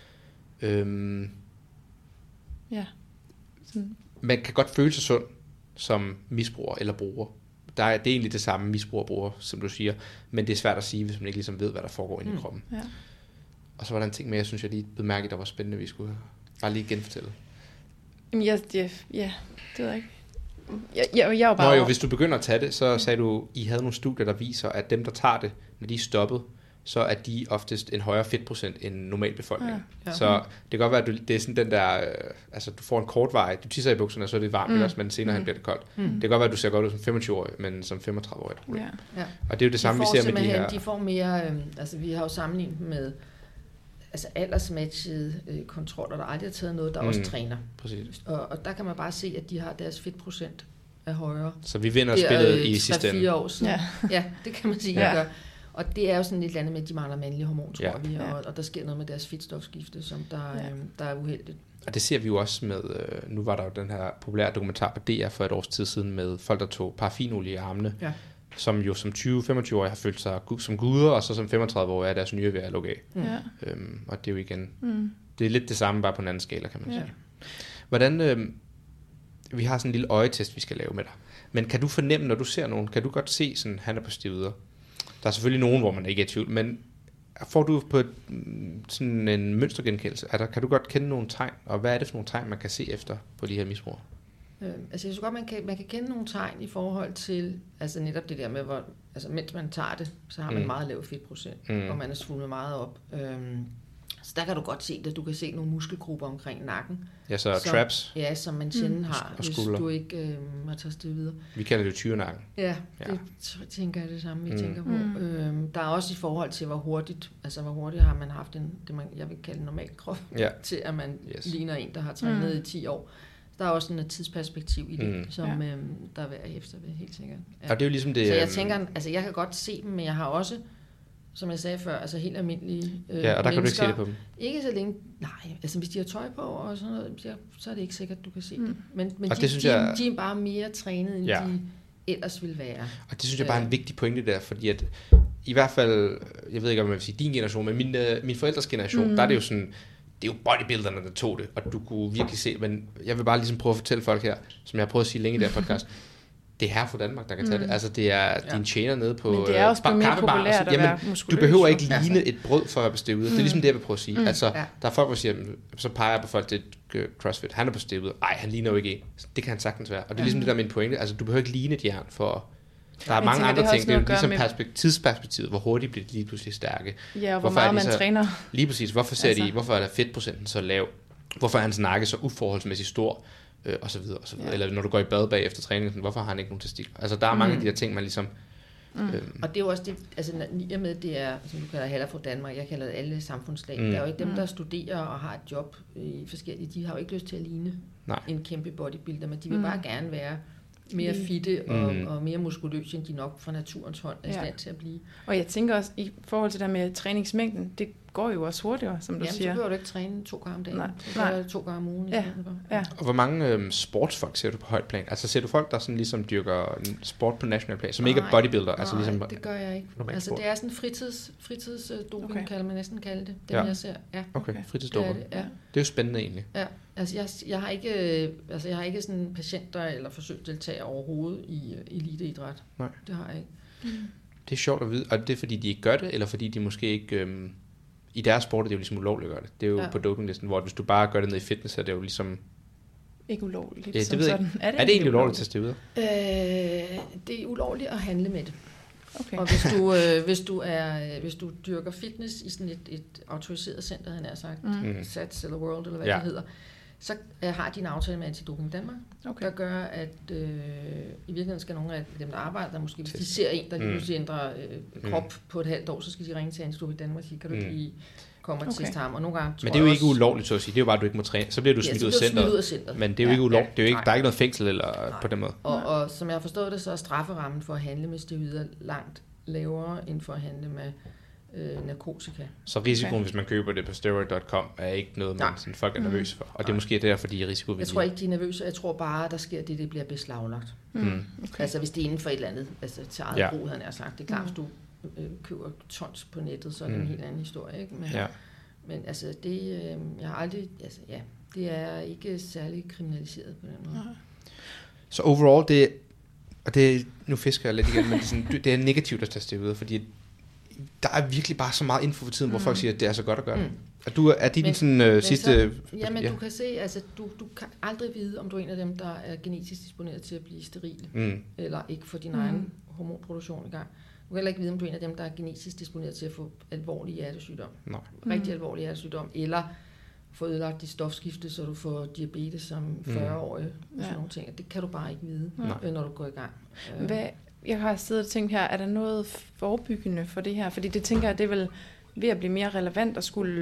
Øhm, Ja. Sådan. man kan godt føle sig sund som misbruger eller bruger. Der er, det er egentlig det samme misbruger og bruger, som du siger, men det er svært at sige, hvis man ikke ligesom ved, hvad der foregår inde i Mm. kroppen. Ja. Og så var der en ting med, jeg synes, jeg lige bemærkede, der var spændende, vi skulle bare lige genfortælle. Jamen, jeg, ja, ja, det ved jeg ikke. Jeg, jeg, jeg er jo bare... Nå jo, hvis du begynder at tage det, så sagde du, I havde nogle studier, der viser, at dem, der tager det, når de er stoppet, så er de oftest en højere fedtprocent end normal befolkning. Ja. Ja. Så det kan godt være, at du, det er sådan den der, øh, altså du får en kort vej, du tisser i bukserne, så er det varmt, Mm. mm. også, men senere hen Mm. bliver det koldt. Mm. Det kan godt være, at du ser godt ud som femogtyve-årig, men som femogtredive-årig. Ja. Ja. Og det er jo det samme, de vi får ser med de simpelthen- her... De får mere, øh, altså vi har jo sammenlignet med altså aldersmatchede øh, kontroller, der aldrig har taget noget, der mm. også Mm. træner. Præcis. Og, og der kan man bare se, at de har deres fedtprocent er højere. Så vi vinder Det er, spillet øh, i sidste ende. tre fire år siden. Ja. Ja, det kan man sige, Ja. ja. gør. Og det er jo sådan lidt andet med, at de mangler mandlige hormon, tror Ja. vi, Ja. og, og der sker noget med deres fedtstofskifte, som der, Ja. øh, der er uheldigt. Og det ser vi jo også med, øh, nu var der jo den her populære dokumentar på D R for et års tid siden med folk, der tog paraffinolie i armene, Ja. som jo som tyve til femogtyve-årige har følt sig gu- som guder, og så som femogtredive-årige er deres nyre ved at lukke af. Mm. Ja. Øhm, og det er jo igen, Mm. det er lidt det samme, bare på en anden skala, kan man Ja. sige. Hvordan, øh, vi har sådan en lille øjetest, vi skal lave med dig. Men kan du fornemme, når du ser nogen, kan du godt se, sådan, han er på steroider? Der er selvfølgelig nogen, hvor man ikke er i tvivl, men får du på et, mm, sådan en mønstergenkendelse? Er der, kan du godt kende nogle tegn, og hvad er det for nogle tegn, man kan se efter på de her misbrugere? Øh, altså jeg synes godt, man kan, man kan kende nogle tegn i forhold til, altså netop det der med, hvor, altså mens man tager det, så har man Mm. meget lav fedtprocent, Mm. og man er svulmet meget op. Øhm, så der kan du godt se det. Du kan se nogle muskelgrupper omkring nakken. Ja, så som, traps, Ja, som man sjældent Mm. har, Og hvis skuldre. du ikke øh, har taget det videre. vi kalder det jo tyvenakken. Ja, Ja. det t- tænker jeg det samme, vi Mm. mm. tænker på. Mm. Øhm, der er også i forhold til, hvor hurtigt, altså hvor hurtigt har man haft en, det man, jeg vil kalde en normal krop, Ja. til at man Yes. yes. ligner en, der har trænet Mm. i ti år. Der er også sådan et tidsperspektiv i det, Mm. mm. som Ja. øhm, der er værd at hæfte ved, helt sikkert. Ja. Og det er jo ligesom det... Så jeg øhm, tænker, altså jeg kan godt se dem, men jeg har også, som jeg sagde før, altså helt almindelige øh, Ja, og der kan du ikke se mennesker. det på dem. Ikke så længe, nej, altså hvis de har tøj på og sådan noget, så, så er det ikke sikkert, du kan se Mm. det. Men, men Og de, det synes de, jeg- de er bare mere trænet, end Ja. ja. de ellers ville være. Og det synes jeg bare er en Øh. vigtig pointe der, fordi at i hvert fald, jeg ved ikke om jeg vil sige din generation, men min, øh, min forældres generation, mm. der er det jo sådan, det er jo bodybuilderne, der tog det, og du kunne virkelig se det, men jeg vil bare ligesom prøve at fortælle folk her, som jeg har prøvet at sige længe i det her podcast, det er her fra Danmark, der kan tage Mm. det. Altså det er Ja. dine tjener nede på Men det er også øh, blevet mere kaffebar, og populært sådan, at jamen, være muskuløs. du behøver ikke jo. ligne et brød for at bestille ud. Det er ligesom det, jeg vil prøve at sige. Mm. Altså, Ja. der er folk, der siger, så peger jeg på folk til øh, CrossFit, han er på stedet ud. Ej, han ligner jo ikke en. Det kan han sagtens være. Og det er Ja. ligesom det der med en pointe. Altså, du behøver ikke ligne et jern for... Der er Jeg mange tænker, det andre har ting. også Det er jo noget at gøre ligesom med- perspekt- tidsperspektivet. Hvor hurtigt bliver de lige pludselig stærke. Ja, og hvor Hvorfor er meget de man så- træner. Lige præcis. Hvorfor ser Altså. de, hvorfor er der fedtprocenten så lav? Hvorfor er hans nakke så uforholdsmæssigt stor? Øh, og så videre, og så videre. Ja. Eller når du går i bad bag efter træningen, sådan, hvorfor har han ikke nogen testikler? Altså, der er mange Mm. af de der ting, man ligesom... Mm. Øhm, Og det er jo også det, altså i og med, det er, som du kalder heller fra Danmark, jeg kalder det alle samfundslag. Mm. Mm. Der er jo ikke dem, Mm. der studerer og har et job i forskellige, de har jo ikke lyst til at ligne Nej. en kæmpe bodybuilder, men de vil Mm. bare gerne være mere Lige. fitte og, Mm. og mere muskuløse, end de nok fra naturens hånd er i Ja. stand til at blive. Og jeg tænker også, i forhold til det med træningsmængden, det går jo også hurtigere, som du Jamen, så siger. behøver du ikke træne to gange om dagen. Nej. Så gør det to gange om ugen. i Ja. stedet for. Ja. Og hvor mange øhm, sportsfolk ser du på højt plan? Altså ser du folk, der sådan ligesom dyrker sport på national plan, som ikke er Nej. bodybuilder? Altså Nej, ligesom, det gør jeg ikke. normalt Altså, sport. det er sådan fritids, fritidsdoping, Okay. okay. kan man næsten kalde det. Dem, Ja. jeg ser. Ja, okay, Okay. det er fritidsdopper. det. Ja. Det er jo spændende egentlig. Ja, altså jeg, jeg har ikke, øh, altså jeg har ikke sådan patienter eller forsøgsdeltagere overhovedet i øh, eliteidræt. Nej. Det har jeg ikke. Det er sjovt at vide, og det er fordi, de ikke gør det, eller fordi de måske ikke... Øhm, i deres sport er det jo ligesom ulovligt at gøre det. Det er jo ja. Ja. på dopinglisten, hvor hvis du bare gør det ned i fitness, så er det jo ligesom... Ikke ulovligt. Ja, det som ved jeg sådan. Er det, Er det egentlig ulovligt til steroider? Øh, det er ulovligt at handle med det. Okay. Og hvis du, øh, hvis du er, øh, hvis du dyrker fitness i sådan et, et autoriseret center, han har sagt, Mm. Mm. SATS eller World eller hvad Ja. det hedder, så øh, har de en aftale med Antidoping Danmark, Okay. der gør, at øh, i virkeligheden skal nogle af dem, der arbejder, der måske, hvis de Teste. ser en, der lige Mm. pludselig ændrer øh, krop mm. på et halvt år, så skal de ringe til Antidoping Danmark og sige, kan du ikke Mm. lige komme og Okay. teste ham? Og nogle gange, Men tror det er jo jeg ikke også, ulovligt, så at sige. Det er jo bare, at du ikke må træne. Så bliver du Ja, smidt så ud af bliver du smidt ud centret. af centret. Men det er jo Ja, ikke ulovligt. Det er jo ikke, nej. der er ikke noget fængsel eller Nej. på den måde. Og, og som jeg har forstået det, så er strafferammen for at handle med steroider langt lavere end for at handle med øh, narkotika. Så risikoen, Okay. hvis man køber det på steroid punktum com, er ikke noget, man Nej. sådan, folk er Mm. nervøse for. Og det er Nej. måske derfor, de er Jeg risikovillige. tror ikke, de er nervøse. Jeg tror bare, der sker det, det bliver beslaglagt. Mm. Mm. Okay. Altså hvis det er inden for et eller andet, altså til eget Ja. ja. brug, han har sagt. Det er klart, Mm. hvis du øh, køber tons på nettet, så er det Mm. en helt anden historie. Ikke? Men, Ja. men altså, det, øh, jeg har aldrig, altså ja, det er ikke særlig kriminaliseret på den måde. Nej. Så overall, det, og det, nu fisker jeg lidt igen, men det er, sådan, det er negativt at tage steroider, fordi der er virkelig bare så meget info for tiden, hvor Mm. folk siger, at det er så godt at gøre det. Mm. Og du, er det din Men- sådan, øh, men sidste... så- Jamen, ja. du kan se, altså, du, du kan aldrig vide, om du er en af dem, der er genetisk disponeret til at blive steril, Mm. eller ikke få din Mm. egen hormonproduktion i gang. Du kan heller ikke vide, om du er en af dem, der er genetisk disponeret til at få alvorlig hjertesygdom. Nej. Rigtig Mm. alvorlig hjertesygdom, eller få ødelagt dit stofskifte, så du får diabetes som fyrre-årig, og sådan Ja. nogle ting. Det kan du bare ikke vide, Nej. øh, når du går i gang. Øh, Hvad, jeg har siddet og tænkt her, er der noget forebyggende for det her? Fordi det tænker jeg, det er vel ved at blive mere relevant at skulle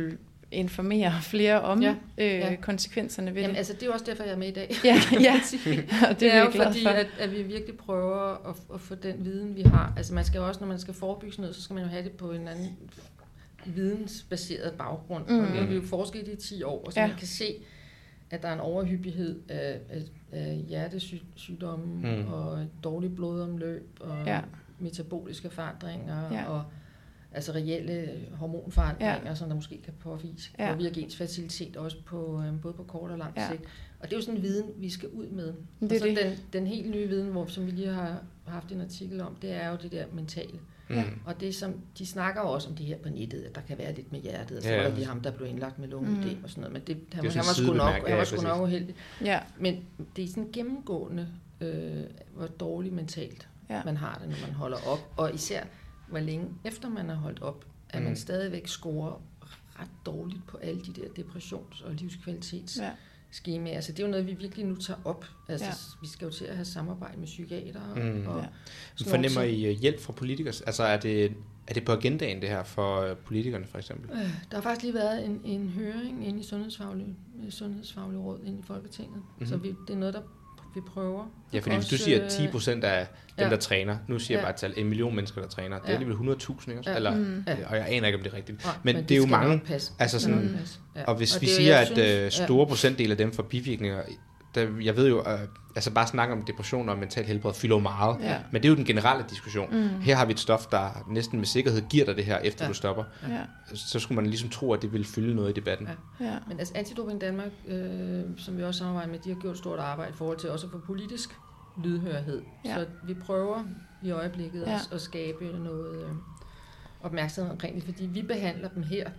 informere flere om Ja, øh, ja. konsekvenserne ved Jamen, det. altså, det er også derfor, jeg er med i dag. Ja, ja. Og det, det er er jo vi glade fordi, for. at, at vi virkelig prøver at, at få den viden, vi har. Altså, man skal jo også, når man skal forebygge sådan noget, så skal man jo have det på en anden vidensbaseret baggrund. Mm. Og vi har jo forsket i det i ti år, og så ja. man kan se, at der er en overhyppighed af, af, af hjertesygdomme mm. og dårlig blodomløb og ja. metaboliske forandringer ja. og altså reelle hormonforandringer, ja. som der måske kan påvise, ja. påvirke ens fertilitet også på øh, både på kort og lang ja. sigt. Og det er jo sådan en viden, vi skal ud med. Det og så det. Den, den helt nye viden, hvor, som vi lige har haft en artikel om, det er jo det der mentale. Mm. Og det som, de snakker jo også om det her på nettet, at der kan være lidt med hjertet, og så ja, var der lige ham, der blev indlagt med lungeødem mm. og sådan noget, men det, han, det han var sgu nok, han ja, var sgu nok uheldig. Ja. Men det er sådan gennemgående, øh, hvor dårligt mentalt ja. man har det, når man holder op, og især hvor længe efter man har holdt op, at mm. man stadigvæk scorer ret dårligt på alle de der depressions- og livskvalitets ja. skemaer. Altså det er jo noget, vi virkelig nu tager op. Altså ja. vi skal jo til at have samarbejde med psykiatere. Mm. Og ja. Fornemmer I hjælp fra politikere? Altså er det, er det på agendaen det her for politikerne for eksempel? Øh, der har faktisk lige været en, en høring inde i Sundhedsfaglige, Sundhedsfaglige Råd inde i Folketinget. Mm-hmm. Så vi, det er noget, der vi prøver. Ja, fordi hvis du siger, at ti procent af dem, ja. der træner, nu siger jeg ja. bare et tal, en million mennesker, der træner, det er ja. alligevel hundrede tusind, ikke? Ja. Eller, mm. og jeg aner ikke, om det er rigtigt. Ja, men, men det er jo mange, altså sådan, ja. og hvis og vi siger, at synes, store ja. procentdel af dem får bivirkninger, der, jeg ved jo, uh, altså bare snakke om depression og mental helbred fylder meget, ja. men det er jo den generelle diskussion. Mm. Her har vi et stof, der næsten med sikkerhed giver dig det her, efter ja. du stopper. Ja. Så skulle man ligesom tro, at det vil fylde noget i debatten. Ja. Ja. Men altså Antidoping Danmark, øh, som vi også samarbejder med, de har gjort et stort arbejde i forhold til også at få politisk lydhørhed. Ja. Så vi prøver i øjeblikket ja. også at skabe noget øh, opmærksomhed omkring det, fordi vi behandler dem her,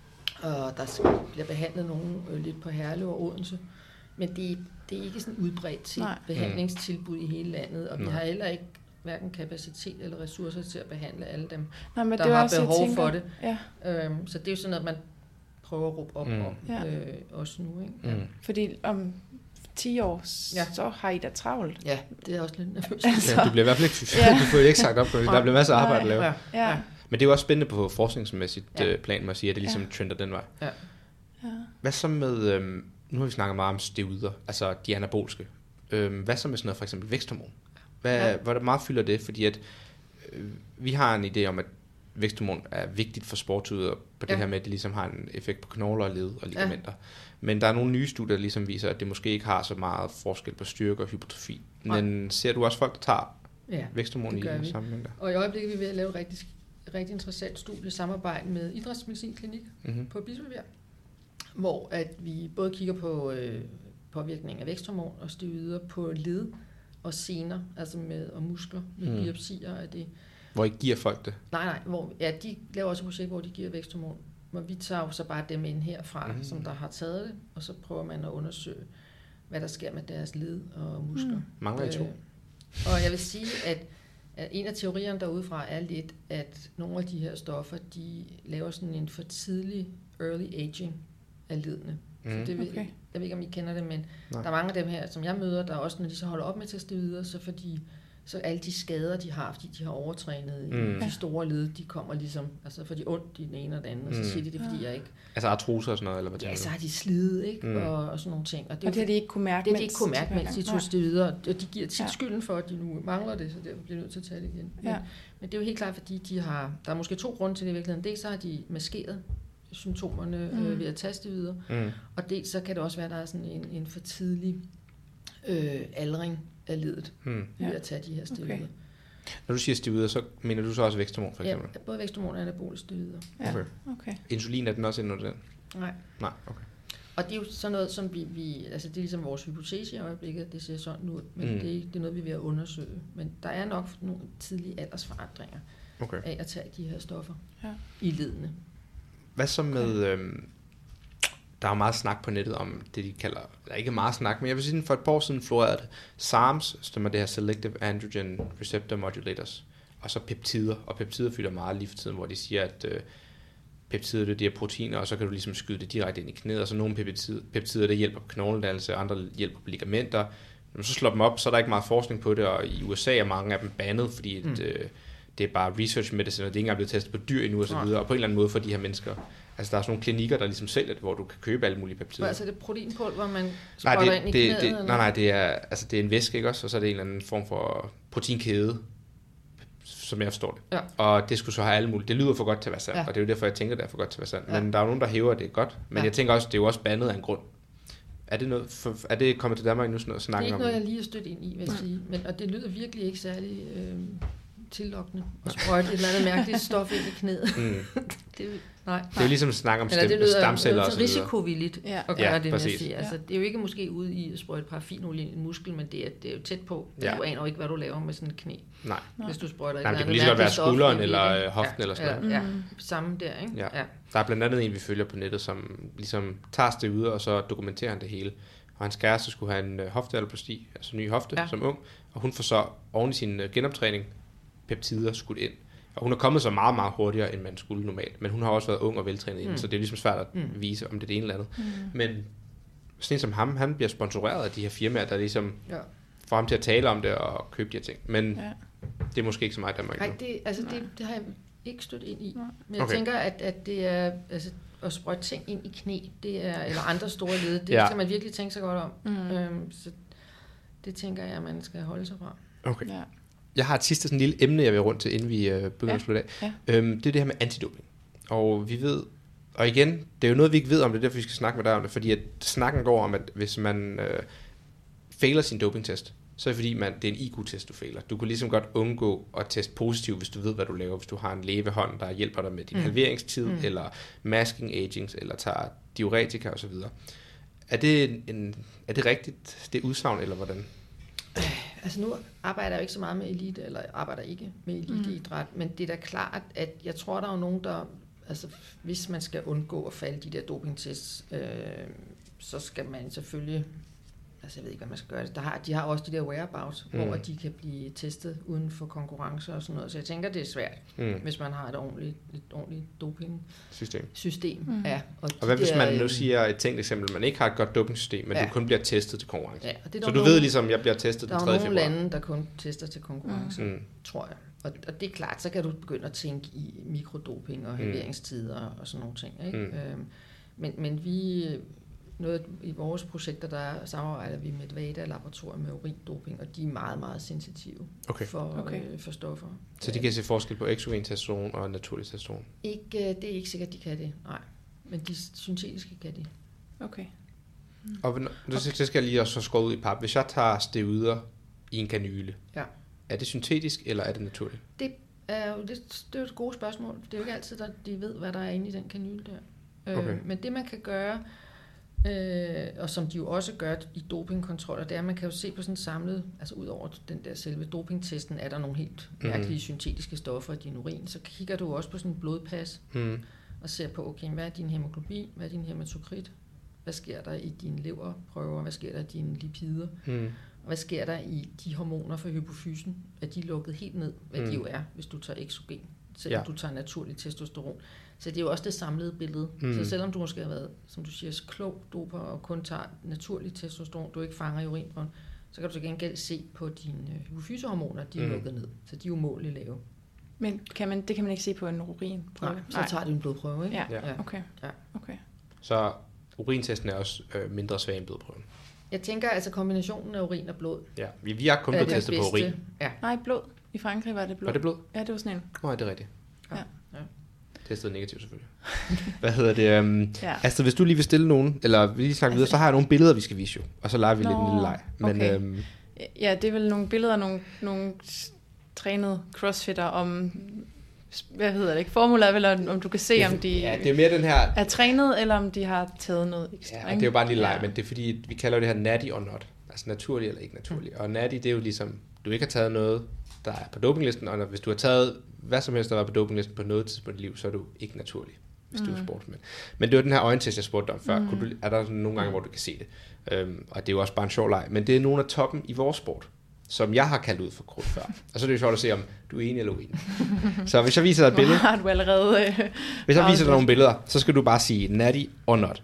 og der bliver behandlet nogen øh, lidt på Herlev og Odense, men det, det er ikke sådan udbredt til Nej. behandlingstilbud i hele landet, og vi Nej. har heller ikke hverken kapacitet eller ressourcer til at behandle alle dem, Nej, men der det har også, behov tænker, for det. Ja. Øhm, så det er jo sådan noget, man prøver at råbe op mm. om, ja. øh, også nu. Ikke? Mm. Ja. Fordi om ti år, ja. så har I da travlt. Ja, det er også lidt nervøst. Altså. Ja, du bliver i hvert fald ikke, ja. du får ikke sagt op, der bliver masser af arbejde at lave. Ja. Ja. Men det er jo også spændende på forskningsmæssigt ja. plan, må jeg sige, at det ligesom ja. trender den vej. Ja. Ja. Hvad så med, øhm, nu har vi snakket meget om steroider, altså de anabolske. Øhm, hvad så med sådan noget, for eksempel væksthormon? Hvad, ja. Hvor meget fylder det? Fordi at øh, vi har en idé om, at væksthormon er vigtigt for sportsudøvere på det ja. her med, at det ligesom har en effekt på knogler og led og ligamenter. Ja. Men der er nogle nye studier, der ligesom viser, at det måske ikke har så meget forskel på styrke og hypertrofi. Ja. Men ser du også folk, der tager ja, væksthormon i sammenhæng der? Og i øjeblikket er vi ved at lave et rigtig, rigtig interessant studie samarbejde med Idrætsmedicinklinik mm-hmm. på Bispebjerg, hvor at vi både kigger på øh, påvirkning af væksthormon og steroider på led og sener, altså med og muskler, med mm. biopsier af det. Hvor I giver folk det? Nej, nej. Hvor, ja, de laver også et projekt, hvor de giver væksthormon. Hvor vi tager jo så bare dem ind herfra, mm. som der har taget det, og så prøver man at undersøge, hvad der sker med deres led og muskler. Mm. Mangler I to? Øh, og jeg vil sige, at, at en af teorierne derudefra er lidt, at nogle af de her stoffer, de laver sådan en for tidlig early aging af ledene. Mm. Så det vil, okay. Jeg ved ikke, om I kender det, men Nej. der er mange af dem her, som jeg møder, der også, når de så holder op med at tage videre, så fordi så alle de skader, de har, fordi de har overtrænet mm. de store led, de kommer ligesom, altså for de ondt i den ene og den anden, og så siger de det, fordi jeg ikke... Altså artrose og sådan noget, eller hvad det er? Ja, så har de slid, ikke? Mm. Og, og sådan nogle ting. Og det, og det har de ikke kunne mærke, det, de ikke kunne mærke mens de tog det videre. Og de giver tit ja. skylden for, at de nu mangler det, så derfor bliver nødt til at tage det igen. Men, ja. men det er jo helt klart, fordi de har... Der er måske to grunde til det i virkeligheden. Dels så har de maskeret symptomerne mm. øh, ved at taste videre, mm. og dels så kan det også være, at der er sådan en, en for tidlig øh, aldring af ledet mm. ved at tage de her steroider. Okay. Når du siger steroider, så mener du så også væksthormon, for eksempel? Ja, både væksthormon og anaboliske steroider. Ja. Okay. Okay. Insulin, er den også inde under den? Nej. Nej, okay. Og det er jo sådan noget, som vi, vi altså det er ligesom vores hypotese i øjeblikket, det ser sådan ud, men mm. det, er, det er noget, vi er ved at undersøge. Men der er nok nogle tidlige aldersforandringer okay. af at tage de her stoffer ja. i ledene. Hvad så med, okay. øhm, der er meget snak på nettet om det, de kalder, der er ikke meget snak, men jeg vil sige, for et par år siden florerede det. S A R Ms, som er det her Selective Androgen Receptor Modulators, og så peptider, og peptider fylder meget lige for tiden, hvor de siger, at øh, peptider det er de her proteiner, og så kan du ligesom skyde det direkte ind i knæet, og så nogle peptider, peptider der hjælper på knoglendannelse, andre hjælper på ligamenter. Når man så slår dem op, så er der ikke meget forskning på det, og i U S A er mange af dem bandet, fordi mm. et, øh, det er bare research medicine, og det er ikke engang blevet testet på dyr endnu, og så videre, og på en eller anden måde for de her mennesker. Altså, der er sådan nogle klinikker, der ligesom sælger det, hvor du kan købe alle mulige peptider. Altså, det er proteinpulver, man sprøjter nej, det, ind i det, knæet? Det, nej, nej, det er, altså, det er en væske, ikke også? Og så er det en eller anden form for proteinkæde, som jeg forstår det. Ja. Og det skulle så have alle mulige. Det lyder for godt til at være sandt, ja. Og det er jo derfor, jeg tænker, det er for godt til at være sandt. Ja. Men der er jo nogen, der hæver, at det er godt. Men ja. Jeg tænker også, det er jo også bandet af en grund. Er det, noget for, er det kommet til Danmark nu sådan noget at snakke om? Det er ikke om? Noget, jeg lige har stødt ind i, vil jeg sige. Men, og det lyder virkelig ikke særlig øh, tillokkende at sprøjte et eller andet mærkeligt stof ind i knæet. Mm. det, nej. Det er jo ligesom at snakke om stem, det stamceller og så videre. Det lyder risikovilligt ja. At gøre ja, det, præcis. jeg siger. Altså, det er jo ikke måske ude i at sprøjte paraffinolie i en muskel, men det er, det er jo tæt på. Ja. Du aner jo ikke, hvad du laver med sådan et knæ. Nej. Hvis du sprøjter Nej, et det kan lige så godt være skulderen eller hoften ja. Eller sådan noget. Ja, ja. Samme der, ikke? Ja. Ja. Der er blandt andet en, vi følger på nettet, som ligesom tager det ud, og så dokumenterer han det hele. Og hans kæreste skulle have en hoftealoplasti, altså ny hofte ja. Som ung, og hun får så oven i sin genoptræning peptider skudt ind. Og hun er kommet så meget, meget hurtigere, end man skulle normalt. Men hun har også været ung og veltrænet inden, mm. så det er ligesom svært at mm. vise, om det er det ene eller andet. Mm. Men sådan en som ham, han bliver sponsoreret af de her firmaer, der ligesom ja. Får ham til at tale om det og købe de her ting. Men ja. Det er måske ikke så meget Danmark. Nej, det, altså det, det har jeg ikke stødt ind i. Nej. Men jeg okay. tænker, at, at det er... Altså, at sprøjte ting ind i knæ, det er, eller andre store led, det ja. Skal man virkelig tænke sig godt om. Mm. Øhm, så det tænker jeg, at man skal holde sig fra. Okay. Ja. Jeg har et sidste sådan lille emne, jeg vil rundt til, inden vi øh, begynder ja. At slutte af. Ja. Øhm, det er det her med antidoping. Og vi ved, og igen, det er jo noget, vi ikke ved om det, derfor vi skal snakke med dig om det, fordi at snakken går om, at hvis man øh, fejler sin dopingtest, så er det fordi, man, det er en I Q-test, du fejler. Du kan ligesom godt undgå at teste positivt, hvis du ved, hvad du laver. Hvis du har en læge ved hånden, der hjælper dig med din mm. halveringstid, mm. eller masking agents, eller tager diuretika osv. Er det, en, er det rigtigt, det udsagn, eller hvordan? Altså nu arbejder jeg jo ikke så meget med elite, eller arbejder ikke med eliteidræt, mm. men det er da klart, at jeg tror, der er nogen, der... Altså, hvis man skal undgå at falde de der dopingtests, øh, så skal man selvfølgelig... Altså, jeg ved ikke, hvad man skal gøre. Der har, de har også de der whereabouts, mm. hvor de kan blive testet uden for konkurrencer og sådan noget. Så jeg tænker, det er svært, mm. hvis man har et ordentligt, et ordentligt doping-system. System. Mm. Ja, og, og hvad hvis der, man nu siger et tænkt eksempel, man ikke har et godt dopingsystem, men ja. Du kun bliver testet til konkurrence? Ja, så du nogle, ved ligesom, jeg bliver testet den tredje februar. Der er nogle lande, der kun tester til konkurrence, mm. tror jeg. Og, og det er klart, så kan du begynde at tænke i mikrodoping og halveringstider mm. og sådan nogle ting. Ikke? Mm. Øhm, men, men vi... Noget i vores projekter, der samarbejder vi med et VADA-laboratorium med urindoping, og de er meget, meget sensitive okay. For, okay. Øh, for stoffer. Så de kan se forskel på exogen testosteron og naturlig testosteron? Ikke, det er ikke sikkert, de kan det, nej. Men de syntetiske kan de. Okay. Mm. Og det, det skal jeg lige også skåret ud i pap. Hvis jeg tager steroider i en kanyle, ja. Er det syntetisk, eller er det naturligt? Det er jo det, det er jo et gode spørgsmål. Det er jo ikke altid, at de ved, hvad der er inde i den kanyle der. Okay. Øh, men det, man kan gøre... Øh, og som de jo også gør i dopingkontroller, det er, at man kan jo se på sådan en samlet, altså ud over den der selve dopingtesten, er der nogle helt mærkelige mm. syntetiske stoffer i din urin, så kigger du også på sådan en blodpas, mm. og ser på, okay, hvad er din hemoglobin, hvad er din hematokrit, hvad sker der i dine leverprøver, hvad sker der i dine lipider, mm. og hvad sker der i de hormoner for hypofysen, er de lukket helt ned, hvad mm. de jo er, hvis du tager exogen, selvom ja. Du tager naturlig testosteron. Så det er jo også det samlede billede. Mm. Så selvom du måske har været, som du siger, klog doper og kun tager naturlig testosteron, du ikke fanger i urinprøven, så kan du så gengæld se på dine hypofysehormoner, de er mm. lukket ned. Så de er umådeligt lave. Men kan man, det kan man ikke se på en urinprøve? Nej, så Nej. Tager du en blodprøve, ikke? Ja, ja. Okay. Ja. Okay. Så urintesten er også øh, mindre svag end blodprøven? Jeg tænker altså kombinationen af urin og blod. Ja, vi, vi har kun blevet testet på urin. Ja. Nej, blod. I Frankrig var det blod. Var det blod? Ja, det var sådan en. Nej, det er rigtigt. Ja. Ja. Testet negativt selvfølgelig. Hvad hedder det? Um, ja. Altså, hvis du lige vil stille nogen, eller vi lige snakke altså, videre, så har jeg nogle billeder, vi skal vise jo. Og så leger vi Nå, lidt en lille leg. Men, okay. um, ja, det er vel nogle billeder af nogle, nogle trænede crossfitter om, hvad hedder det ikke? Formula er vel, om du kan se, det, om de ja, det er, mere den her, er trænet, eller om de har taget noget ekstra. Ja, det er jo bare en lille leg, ja. Men det er fordi, vi kalder det her natty or not. Altså naturlig eller ikke naturlig. Mm. Og natty, det er jo ligesom, du ikke har taget noget, der er på dopinglisten, og hvis du har taget hvad som helst, der var på dopinglisten på noget tidspunkt i liv, så er du ikke naturlig, hvis mm. du er sportsmand. Men det var den her øjentest, jeg spurgte om før. Mm. Kunne du, er der sådan nogle gange, hvor du kan se det? Øhm, og det er jo også bare en sjov leg. Men det er nogle af toppen i vores sport, som jeg har kaldt ud for krudt før. Og så er det jo sjovt at se, om du er enig eller uenig. Så hvis jeg viser dig et billede... har du allerede... Øh, hvis jeg viser dig nogle billeder, så skal du bare sige natty or not.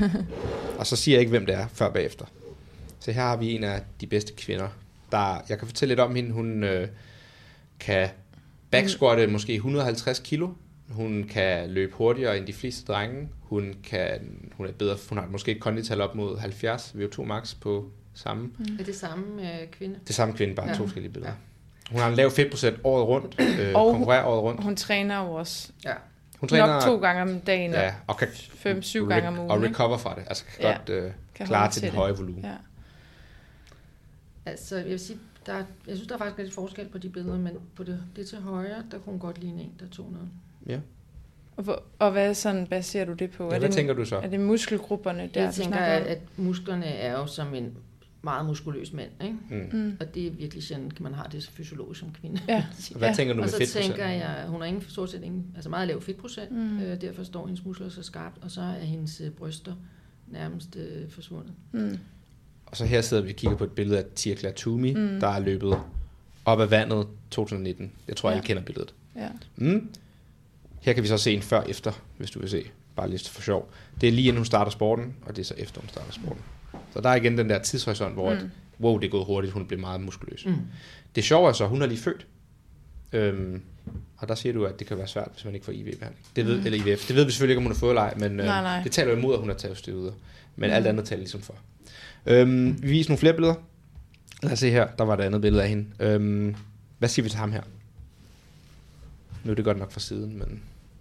Og så siger jeg ikke, hvem det er, før bagefter. Så her har vi en af de bedste kvinder. Der, jeg kan fortælle lidt om hende. Hun øh, kan backsquatte måske et hundrede og halvtreds kilo. Hun kan løbe hurtigere end de fleste drenge. Hun, kan, hun, er bedre, hun har måske et kondital op mod halvfjerds V O to max på samme. Mm. Er det samme øh, kvinde? Det samme kvinde, bare ja. to forskellige billeder. Ja. Hun har en lav fedtprocent året rundt, øh, og konkurrerer året rundt. Hun træner jo også. Ja. Hun træner nok to gange om dagen, ja, og kan fem, syv gange om ugen. Og recover fra det, altså kan ja. godt øh, kan klare til den høje volumen. Ja. Altså, jeg vil sige, der, jeg synes, der er faktisk lidt forskel på de billeder, men på det, det til højre, der kunne hun godt ligne en, der tog noget. Ja. Og, hvor, og hvad sådan baserer du det på? Ja, er hvad det, tænker du så? Er det muskelgrupperne, der jeg tænker, at, at musklerne er jo som en meget muskuløs mand, ikke? Mm. Mm. Og det er virkelig sjældent, kan man have det fysiologisk som kvinde. Ja. Og hvad ja. tænker du med fedtprocent? Og så tænker jeg, hun har ingen, stort set ingen, altså meget lav fedtprocent, mm. øh, derfor står hendes muskler så skarpt, og så er hendes øh, bryster nærmest øh, forsvundet. Mm. Og så her sidder vi og kigger på et billede af Tia Claire Toomey, mm. der er løbet op af vandet to tusind nitten. Jeg tror, ja. alle kender billedet. Ja. Mm. Her kan vi så se en før efter, hvis du vil se. Bare lidt for sjov. Det er lige inden hun starter sporten, og det er så efter hun starter sporten. Så der er igen den der tidshorisont, hvor mm. at, wow, det er gået hurtigt, hun bliver meget muskuløs. Mm. Det sjove er så, hun er lige født. Øhm, og der siger du, at det kan være svært, hvis man ikke får I V-behandling. Det ved, mm. eller I V F. Det ved vi selvfølgelig ikke, om hun har fået eller ej, men øhm, nej, nej. det taler jo imod, at hun har taget støveder. Men mm. alt andet taler ligesom for. Øhm, vi viser nogle flere billeder. Lad os se her, der var et andet billede af hende. Øhm, hvad siger vi til ham her? Nu er det godt nok fra siden, men...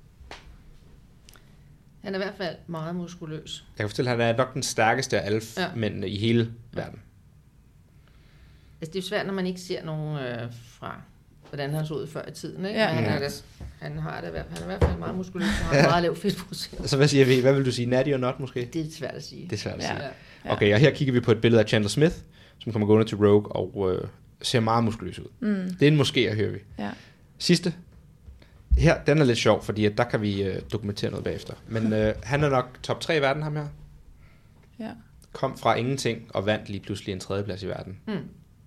Han er i hvert fald meget muskuløs. Jeg kan fortælle, at han er nok den stærkeste af alle ja. mændene i hele verden. Altså, det er jo svært, når man ikke ser nogen øh, fra, hvordan han så ud før i tiden. Ikke? Ja. Men han, er, han, har det, han er i hvert fald meget muskuløs, og har ja. meget lav fedtprocent. Så hvad siger vi? Hvad vil du sige? Natty og not måske? Det er svært at sige. Det er svært at ja. sige. Ja. Okay, og her kigger vi på et billede af Chandler Smith, som kommer gående til Rogue og øh, ser meget muskuløs ud. Mm. Det er en måske, hører vi. Ja. Sidste. Her, den er lidt sjov, fordi at der kan vi øh, dokumentere noget bagefter. Men øh, han er nok top tre i verden, ham her. Ja. Kom fra ingenting og vandt lige pludselig en tredjeplads i verden. Hmm.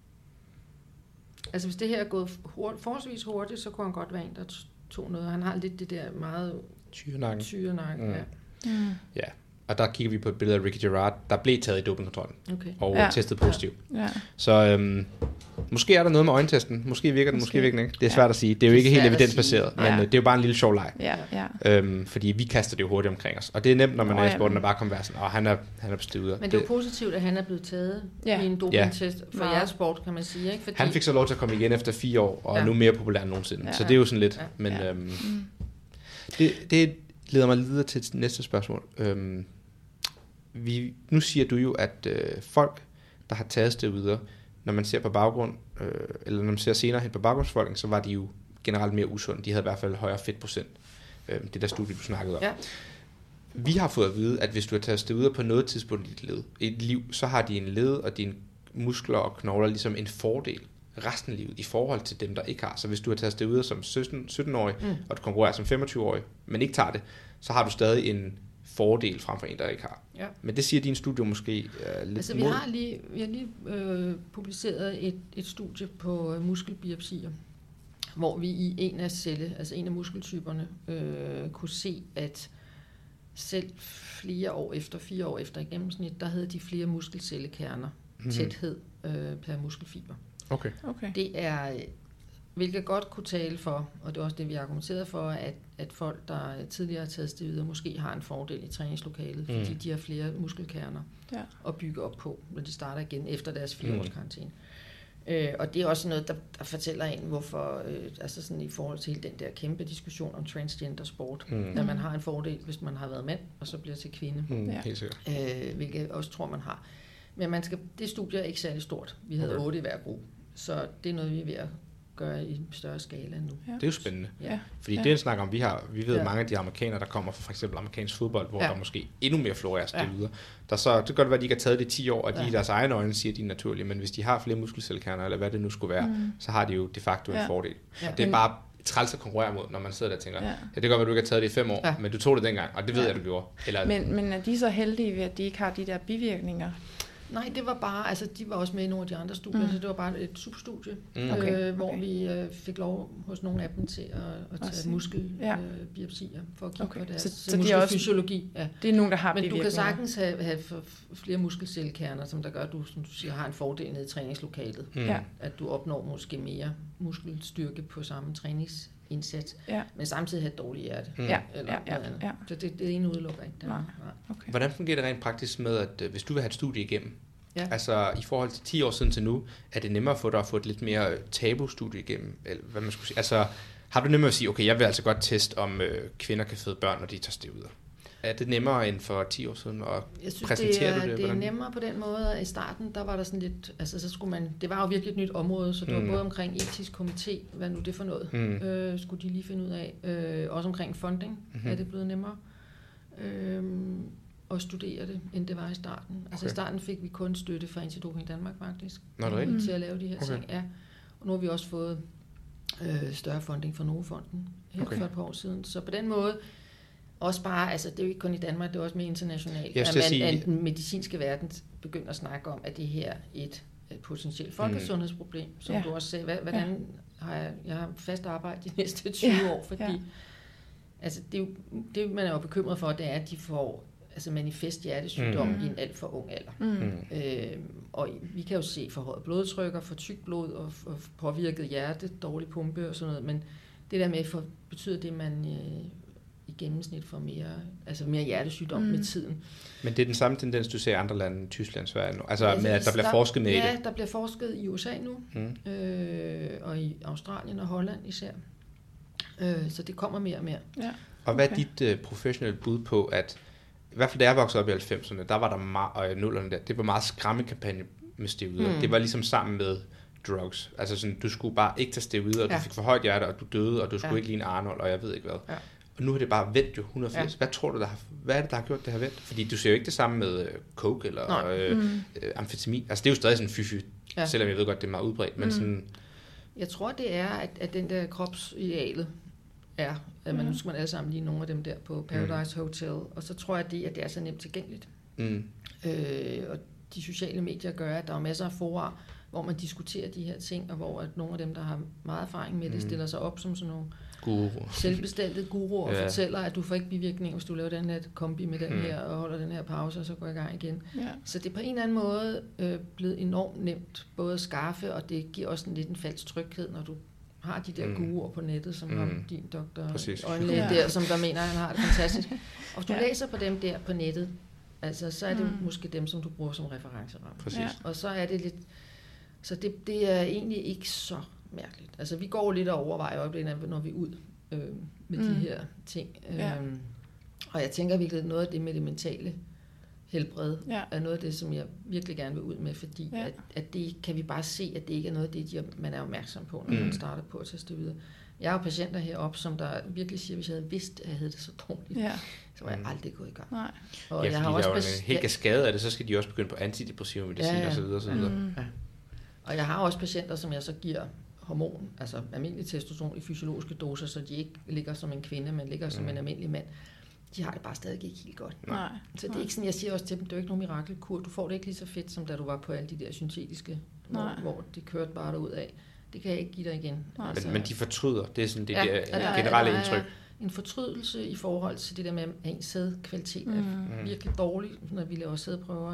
Altså hvis det her er gået hurtigt, forholdsvis hurtigt, så kunne han godt være en, der tog noget. Han har lidt det der meget tyrenakken. Tyrenakken, mm. ja. Mm. Ja. Og der kigger vi på et billede af Ricky Gerard, der blev taget i dopingkontrollen okay. og ja. testet positiv. Ja. Så øhm, måske er der noget med øjentesten. Måske virker den, måske, måske virker den ikke. Det er svært ja. at sige. Det er jo ikke helt evidensbaseret, men ja. det er jo bare en lille sjov leg. Ja. Ja. Øhm, fordi vi kaster det jo hurtigt omkring os. Og det er nemt, når man oh, er i sporten, og bare kommer være sådan, og han er, han er bestevet. Men det er jo positivt, at han er blevet taget ja. i en dopingtest for ja. jeres sport, kan man sige. Ikke? Fordi... Han fik så lov til at komme igen efter fire år, og ja. er nu mere populær end nogensinde. Ja. Så det er jo sådan lidt. Ja. Men ja. Øhm, mm. det, det leder mig videre til næste spørgsmål. Øhm, Vi, nu siger du jo, at øh, folk, der har taget steroider, når man ser på baggrund, øh, eller når man ser senere hen på baggrundsbefolkningen, så var de jo generelt mere usunde. De havde i hvert fald højere fedtprocent. Øh, det der studie, du snakkede om. Ja. Vi har fået at vide, at hvis du har taget steroider på noget tidspunkt i dit liv, et liv, så har dine led og dine muskler og knogler ligesom en fordel resten af livet i forhold til dem, der ikke har. Så hvis du har taget steroider som sytten-årig, mm. og du konkurrerer som femogtyve-årig, men ikke tager det, så har du stadig en fordel frem for en, der ikke har. Ja. Men det siger din studie måske uh, lidt altså, vi har lige, vi har lige øh, publiceret et, et studie på øh, muskelbiopsier, hvor vi i en af celle, altså en af muskeltyperne, øh, kunne se, at selv flere år efter, fire år efter i gennemsnit, der havde de flere muskelcellekerner, mm-hmm. tæthed øh, per muskelfiber. Okay. okay. Det er, hvilket godt kunne tale for, og det er også det, vi har argumenteret for, at, at folk, der tidligere har taget steroider, måske har en fordel i træningslokalet, mm. fordi de har flere muskelkerner ja. at bygge op på, når de starter igen efter deres fire års karantæne. Øh, og det er også noget, der, der fortæller en, hvorfor, øh, altså sådan i forhold til hele den der kæmpe diskussion om transgender sport, mm. at man har en fordel, hvis man har været mand, og så bliver til kvinde. Mm, ja. Helt sikkert. Øh, hvilket jeg også tror, man har. Men man skal, det studie er ikke særlig stort. Vi havde okay. otte i hver gruppe. Så det er noget, vi er ved at gøre i en større skala nu. Ja. Det er jo spændende. Ja. Fordi ja. det er en snak om, vi har, vi ved ja. mange af de amerikanere, der kommer fra for eksempel amerikansk fodbold, hvor ja. der måske endnu mere florerer steroider. Ja. Der så, det kan godt være, at de ikke har taget det i ti år, og de ja. i deres egne øjne siger, de er naturlige, men hvis de har flere muskelcellekerner, eller hvad det nu skulle være, mm. så har de jo de facto ja. en fordel. Ja. Det er men, bare træls at konkurrere mod, når man sidder der og tænker, ja, ja det kan godt være, at du ikke har taget det i fem år, ja. men du tog det dengang, og det ved ja. jeg, du gjorde. Eller, men, men er de så heldige ved, at de ikke har de der bivirkninger? Nej, det var bare, altså de var også med i nogle af de andre studier, mm. så det var bare et substudie, mm. okay. øh, hvor okay. vi øh, fik lov hos nogle af dem til at, at tage muskelbiopsier ja. øh, for at kigge okay. på deres så, så muskelfysiologi. Ja. Det er nogen, der har Men du kan sagtens have, have flere muskelcellekerner, som der gør, at du, som du siger, har en fordel nede i træningslokalet. Mm. Ja. At du opnår måske mere muskelstyrke på samme træningsindsats, ja. men samtidig have et dårligt hjerte. Mm. Ja. Eller ja, ja, ja. Så det, det ene udelukker ikke. Nej. Okay. Hvordan fungerer det rent praktisk med, at hvis du vil have et studie igennem, ja. altså i forhold til ti år siden til nu, er det nemmere for dig at få et lidt mere tabu-studie igennem? Eller hvad man skulle sige? Altså, har du nemmere at sige, okay, jeg vil altså godt teste, om øh, kvinder kan føde børn, når de tager steroider? Er det nemmere end for ti år siden, og jeg synes, præsenterer det er, du det? det er nemmere på den måde, at i starten, der var der sådan lidt, altså så skulle man, det var jo virkelig et nyt område, så det mm. var både omkring etisk komité, hvad nu det for noget, mm. øh, skulle de lige finde ud af, øh, også omkring funding, mm-hmm. er det blevet nemmere. Øh, at studere det, end det var i starten. Altså okay. i starten fik vi kun støtte fra Antidoping Danmark faktisk. Nå, det er rigtigt. Til at lave de her okay. ting. Ja. Og nu har vi også fået øh, større funding fra Novo-fonden her okay. for et par år siden. Så på den måde, også bare, altså det er jo ikke kun i Danmark, det er også mere internationalt, at, man, sige... at den medicinske verden begynder at snakke om, at det her er et, et potentielt folkesundhedsproblem, som ja. du også sagde. Hvordan ja. har jeg, jeg har fast arbejde de næste tyve ja. år, fordi ja. altså det, er jo, det, man er jo bekymret for, det er, at de får altså manifest hjertesygdom mm. i en alt for ung alder. Mm. Øh, og vi kan jo se forhøjet blodtryk, for tyk blod og, og påvirket hjerte, dårlig pumpe og sådan noget, men det der med, for, betyder det, at man øh, i gennemsnit får mere, altså mere hjertesygdom mm. med tiden. Men det er den samme tendens, du ser i andre lande, Tyskland, Sverige, altså ja, med, at der bliver der, forsket med ja, det? Ja, der bliver forsket i U S A nu, mm. øh, og i Australien og Holland især. Øh, så det kommer mere og mere. Ja. Og hvad okay. er dit uh, professionelle bud på, at i hvert fald da jeg voksede op i halvfemserne, der var der meget, og i nullerne der, det var meget skræmmekampagne med steroider. Mm. Det var ligesom sammen med drugs. Altså sådan, du skulle bare ikke tage steroider, og ja. du fik for højt hjerte, og du døde, og du skulle ja. ikke ligne Arnold, og jeg ved ikke hvad. Ja. Og nu har det bare vendt jo et hundrede og firs. Ja. Hvad tror du, der har, hvad er det, der har gjort det her vendt? Fordi du ser jo ikke det samme med uh, coke eller øh, mm. øh, amfetamin. Altså det er jo stadig sådan fy-fy, ja. selvom jeg ved godt, det er meget udbredt. Men mm. sådan... Jeg tror, det er, at, at den der kropsidealet er, at man, nu skal man alle sammen lige nogle af dem der på Paradise mm. Hotel, og så tror jeg, at det, at det er så nemt tilgængeligt. Mm. Øh, og de sociale medier gør, at der er masser af fora, hvor man diskuterer de her ting, og hvor at nogle af dem, der har meget erfaring med det, stiller sig op som sådan nogle Guru. selvbestemte guruer og ja. fortæller, at du får ikke bivirkninger, hvis du laver den her kombi med den mm. her, og holder den her pause, og så går jeg i gang igen. Ja. Så det er på en eller anden måde øh, blevet enormt nemt, både at skaffe, og det giver også en lidt en falsk tryghed, når du har de der mm. guruer på nettet, som mm. har din doktor øjenlæge ja. der, som der mener, at han har det fantastisk. Og hvis du ja. læser på dem der på nettet, altså, så er det mm. måske dem, som du bruger som referenceramme. Ja. Og så er det lidt... Så det, det er egentlig ikke så mærkeligt. Altså, vi går lidt og overvejer i øjeblikket, når vi er ud øh, med mm. de her ting. Ja. Øhm, og jeg tænker virkelig, at noget af det med det mentale helbred ja. er noget af det, som jeg virkelig gerne vil ud med, fordi ja. at, at det kan vi bare se, at det ikke er noget af det, de, man er opmærksom på, når mm. man starter på at tage det videre. Jeg har patienter heroppe, som der virkelig siger, at hvis jeg havde vidst, at jeg havde det så dårligt, ja. så var jeg aldrig gået i gang. Nej. Og ja, jeg har også patient... helt kaskade af det, så skal de også begynde på antidepressive medicin ja, ja. og så videre. Og, så videre. Mm. Ja. Og jeg har også patienter, som jeg så giver hormon, altså almindelig testosteron i fysiologiske doser, så de ikke ligger som en kvinde, men ligger som mm. en almindelig mand. De har det bare stadig ikke helt godt. Nej. Så det er ikke sådan, jeg siger også til dem, det er jo ikke nogen mirakelkur. Du får det ikke lige så fedt, som da du var på alle de der syntetiske, hvor, hvor det kørte bare derud af. Det kan jeg ikke give dig igen. Altså, men, men de fortryder, det er sådan det ja, der, der generelle der indtryk. En fortrydelse i forhold til det der med, at ens sædkvalitet mm. er virkelig dårlig, når vi laver sædprøver.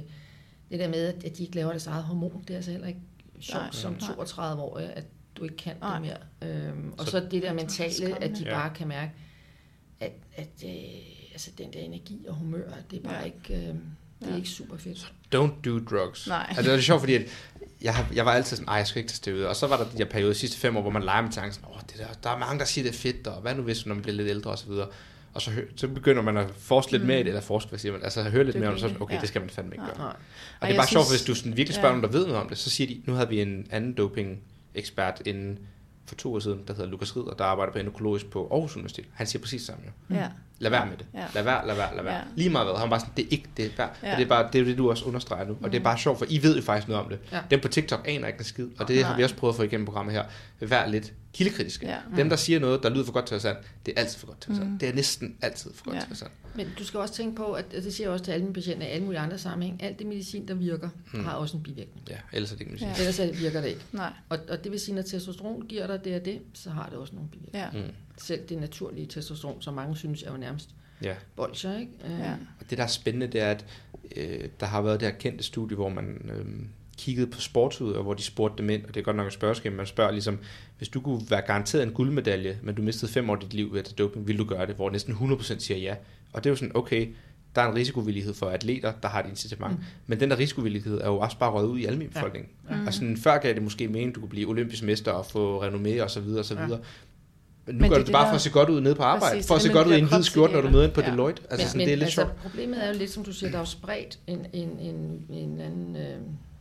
Det der med, at de ikke laver deres eget hormon, det er altså heller ikke sjovt som toogtredive-årig, at du ikke kan nej. det mere. Øhm, og så, så det der mentale, at de bare kan mærke, at, at øh, altså den der energi og humør, det er bare ja. ikke, øh, det er ja. ikke super fedt. So don't do drugs. Nej. Altså, det er sjovt, fordi at jeg, har, jeg var altid sådan, ej, jeg skal ikke tage steroider. Og så var der de der perioder de sidste fem år, hvor man leger med tanken, åh, det der, der er mange, der siger, det er fedt, og hvad nu hvis, når man bliver lidt ældre og så videre. Og så, så begynder man at forske lidt mm. mere i det, eller forske, hvad siger man, altså høre lidt mere om det, så okay, ja. det skal man fandme ikke gøre. Nej. Og, og det er bare sjovt, hvis du sådan virkelig spørger ja. nogen, der ved noget om det, så siger de, nu havde vi en anden doping-ekspert inden for to år siden, der hedder Lukas Ridder, der arbejder på endokologisk på Aarhus Universitet. Han siger præcis det samme. Jo. Ja. lad være med det. Ja. Lad være, lad være, lad være. Ja. Lige meget hvad. Han var bare sådan, det er ikke det værd. Ja. Og det er bare det, er det, du også understreger nu. Mm. Og det er bare sjovt, for I ved jo faktisk noget om det. Ja. Dem på TikTok aner ikke en skid. Og det Nej. har vi også prøvet at få igennem programmet her. Vær lidt kildekritiske. Ja. Dem, der siger noget, der lyder for godt til at være sandt, det er altid for godt til at være sandt. Mm. Det er næsten altid for godt ja. til at være sandt. Men du skal også tænke på, at det siger jeg også til alle mine patienter i alle mulige andre sammenhæng, alt det medicin, der virker, mm. har også en bivirkning. Ja, ellers er det ikke medicin. Ja. Ellers virker det ikke. Nej. Og, og det vil sige, når testosteron giver dig det og det, så har det også nogle bivirkninger. Ja. Mm. Selv det naturlige testosteron, som mange synes er jo nærmest ja. bolcher, ikke? Ja. Og det, der er spændende, det er, at øh, der har været det her kendte studie, hvor man øh, kiggede på sportsudøvere, hvor de spurgte dem ind, og det er godt nok et spørgeskema, man spørger ligesom, hvis du kunne være garanteret en guldmedalje, men du mistede fem år af dit liv ved at tage doping, vil du gøre det? Hvor næsten hundrede procent siger ja. Og det er jo sådan, okay, der er en risikovillighed for atleter, der har et incitament. Mm. Men den der risikovillighed er jo også bare røget ud i almen befolkningen. Ja. Mm. Og sådan, før gav det måske mening, du kunne blive olympisk mester og få renommé og så videre og så videre. Ja. Men nu men gør det, det bare der... for at se godt ud nede på arbejde. Præcis, for at se godt ud i en hvid skjort, når du møder ind på ja. Deloitte. Altså, men, sådan, men, det er lidt altså, sjovt. Problemet er jo lidt, som du siger, der er jo spredt en, en, en, en anden... Øh,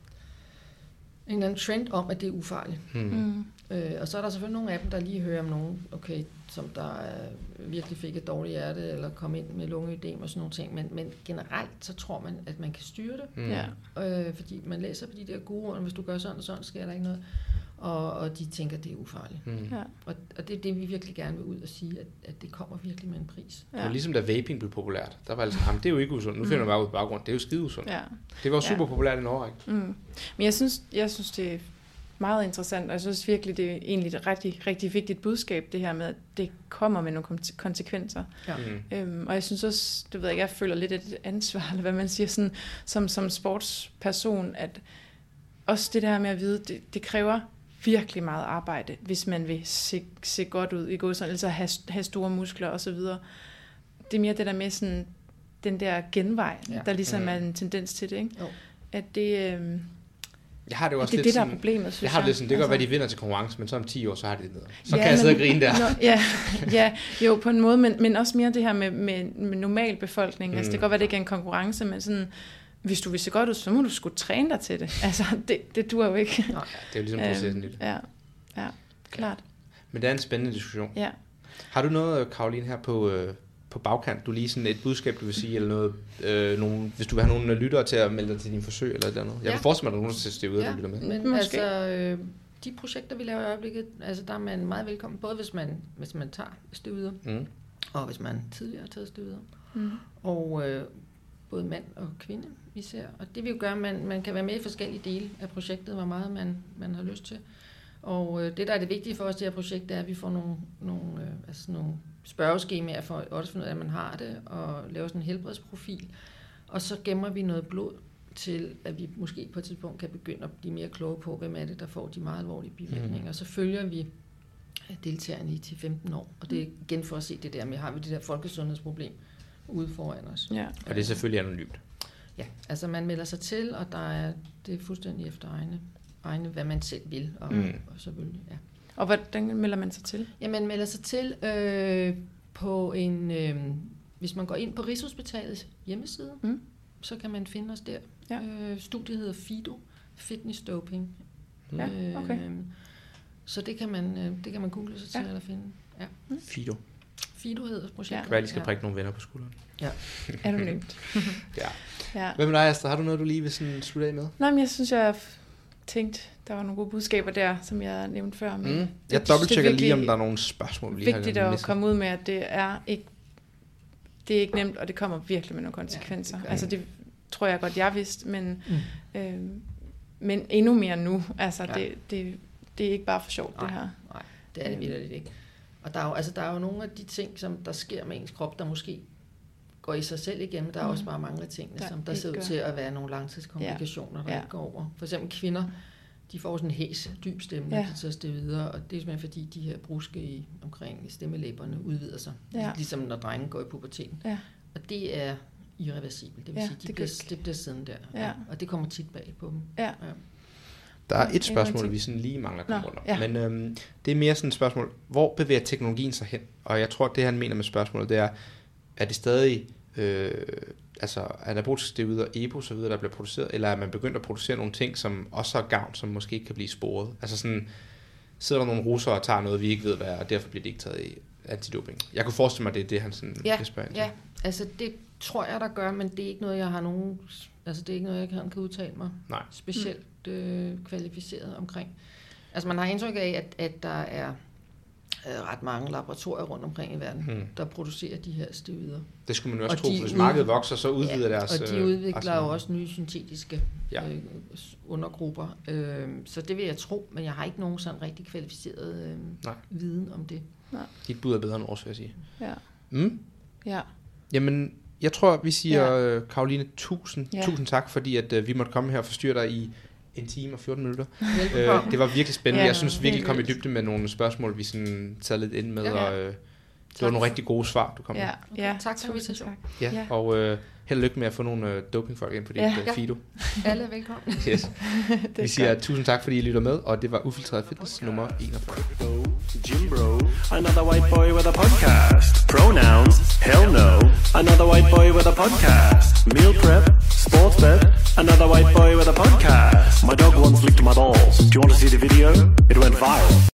en eller anden trend om, at det er ufarligt. Hmm. Øh, og så er der selvfølgelig nogle af dem, der lige hører om nogen, okay, som der øh, virkelig fik et dårligt hjerte, eller kom ind med lungeødem og sådan nogle ting. Men, men generelt, så tror man, at man kan styre det. Hmm. Ja. Øh, fordi man læser på de der gode, hvis du gør sådan og sådan, sker der ikke noget. Og, og de tænker, at det er ufarligt. Hmm. Ja. Og, og det er det, vi virkelig gerne vil ud og sige, at, at det kommer virkelig med en pris. Ja. Det var ligesom da vaping blev populært. Der var altså, jamen, det er jo ikke usundt. Nu finder man bare ud på baggrund. Det er jo skide usundt. Ja. Det var super ja. populært i en årrække. Mm. Men jeg synes, jeg synes, det er meget interessant, og jeg synes virkelig, det er egentlig et rigtig, rigtig vigtigt budskab, det her med, at det kommer med nogle konsekvenser. Ja. Mm. Øhm, og jeg synes også, det ved jeg ikke, jeg føler lidt et ansvar, eller hvad man siger, sådan, som, som sportsperson, at også det der med at vide, det, det kræver virkelig meget arbejde, hvis man vil se, se godt ud i gåsøjne, altså have, have store muskler og så videre. Det er mere det der med sådan, den der genvej, ja. der ligesom mm. er en tendens til det, ikke? Jo. At det... Øhm, Jeg har det jo også det er lidt det, der er sådan, problemet, synes jeg. har det lidt sådan, det kan altså, være, de vinder til konkurrence, men så om ti år, så har de det ned. Så ja, kan jeg sidde og grine der. No, ja, ja, jo, på en måde, men, men også mere det her med, med, med normal befolkning. Mm. Altså, det kan godt være, det ikke er en konkurrence, men sådan, hvis du vil se godt ud, så må du sgu træne dig til det. Altså, det, det duer jo ikke. Nå, ja, det er jo ligesom processen lidt. Ja, ja, klart. Ja. Men det er en spændende diskussion. Ja. Har du noget, Caroline, her på... Øh, på bagkant, du lige sådan et budskab, du vil sige, eller noget, øh, nogle, hvis du vil have nogle lyttere til at melde dig til dine forsøg, eller noget. Jeg ja. vil forestille mig, at der er nogen, der skal stå ud, der lytter med. Men Måske. altså, øh, de projekter, vi laver i øjeblikket, altså der er man meget velkommen, både hvis man, hvis man tager støvvider, mm. og hvis man tidligere har taget støvvider. Mm. Og øh, både mand og kvinde, især. Og det vil jo gøre, at man, man kan være med i forskellige dele af projektet, hvor meget man, man har lyst til. Og øh, det, der er det vigtige for os, det her projekt, det er, at vi får nogle, nogle, øh, altså nogle spørgeskemaer for at også finde ud af, at man har det, og lave sådan en helbredsprofil. Og så gemmer vi noget blod til, at vi måske på et tidspunkt kan begynde at blive mere kloge på, hvem er det, der får de meget alvorlige bivirkninger. Mm. Og så følger vi deltagerne i til femten år. Og det er igen for at se det der med, har vi det der folkesundhedsproblem ude foran os. Ja. Og det er selvfølgelig anonymt. Ja, altså man melder sig til, og der er, det er fuldstændig efter egne, egne, hvad man selv vil. Og, mm. og selvfølgelig, ja. Og hvordan melder man sig til? Ja, man melder sig til øh, på en... Øh, hvis man går ind på Rigshospitalets hjemmeside, mm. så kan man finde os der. Ja. Øh, studiet hedder FIDO, Fitness Doping. Ja, okay. Øh, så det kan man, øh, det kan man google sig til ja. eller finde. Ja. Mm. FIDO. FIDO hedder projektet. Ja. Jeg skal prikke ja. nogle venner på skulderen. Ja. Er du nemt? ja. ja. Hvad med dig, Astrid? Har du noget, du lige vil sådan slutte af med? Nej, men jeg synes, jeg tænkte, der var nogle gode budskaber der, som jeg nævnte før. Men mm. Jeg dobbelttjekker lige, om der er nogle spørgsmål. Det er vigtigt at komme ud med, at det er ikke, det er ikke nemt, og det kommer virkelig med nogle konsekvenser. Ja, det altså det tror jeg godt, jeg vidste, men, mm. øh, men endnu mere nu. Altså ja. det, det, det er ikke bare for sjovt, nej, det her. Nej, det er det virkelig ikke. Og der er, jo, altså, der er jo nogle af de ting, som der sker med ens krop, der måske går i sig selv igennem. Der er mm. også bare mange ting, der, som der ser ud til at være nogle langtidskomplikationer, ja. der ja. ikke går over. For eksempel kvinder, de får sådan en hæs, dyb stemme, når ja. de tager stemme videre, og det er simpelthen fordi, de her bruske i, omkring stemmelæberne udvider sig. Ja. Ligesom når drengen går i puberteten. Ja. Og det er irreversibelt. Det vil ja, sige, de det, bliver, det bliver siddende der. Ja. Ja. Og det kommer tit bag på dem. Ja. Ja. Der er et spørgsmål, vi sådan lige mangler at komme rundt om. Ja. Men øhm, det er mere sådan et spørgsmål, hvor bevæger teknologien sig hen? Og jeg tror, det han mener med spørgsmålet, det er, er det stadig øh, altså anaboliske steroider, E P O og så videre, der bliver produceret, eller er man begyndt at producere nogle ting, som også har gavn, som måske ikke kan blive sporet? Altså sådan, sidder der nogle russere og tager noget, vi ikke ved, hvad er, og derfor bliver det ikke taget i. antidoping. Jeg kunne forestille mig, det er det, han sådan ja, vil spørge ind til. Ja, altså det tror jeg, der gør, men det er ikke noget, jeg har nogen... Altså det er ikke noget, jeg kan, kan udtale mig Nej. specielt øh, kvalificeret omkring. Altså man har indtryk af, at, at der er øh, ret mange laboratorier rundt omkring i verden, hmm. der producerer de her steroider. Det skulle man jo også og tro, de hvis markedet vokser, så udvider ja, deres... og de udvikler jo også nye syntetiske ja. øh, undergrupper. Øh, så det vil jeg tro, men jeg har ikke nogen sådan rigtig kvalificeret øh, viden om det. Nej. Dit bud er bedre end vores, vil jeg sige. Ja. Mm? Ja. Jamen, jeg tror, vi siger, ja. Caroline, tusind, ja. tusind tak, fordi at, uh, vi måtte komme her og forstyrre dig i en time og fjorten minutter. Uh, det var virkelig spændende. Ja, jeg synes virkelig, kom i dybde med nogle spørgsmål, vi sådan sad lidt ind med, ja. og uh, det var nogle rigtig gode svar, du kom ja. med. Okay. Ja, tak for invitationen. Ja, ja, og uh, held og lykke med at få nogle uh, dopingfolk ind på dit ja. uh, Fido. Alle er velkommen. Yes. Vi siger tusind tak, fordi I lytter med, og det var Ufiltreret Fitness nummer enogfyrre. Jim Bro, another white boy with a podcast. Pronouns, hell no. Another white boy with a podcast. Meal prep, sports bet, another white boy with a podcast. My dog once licked my balls. Do you want to see the video? It went viral.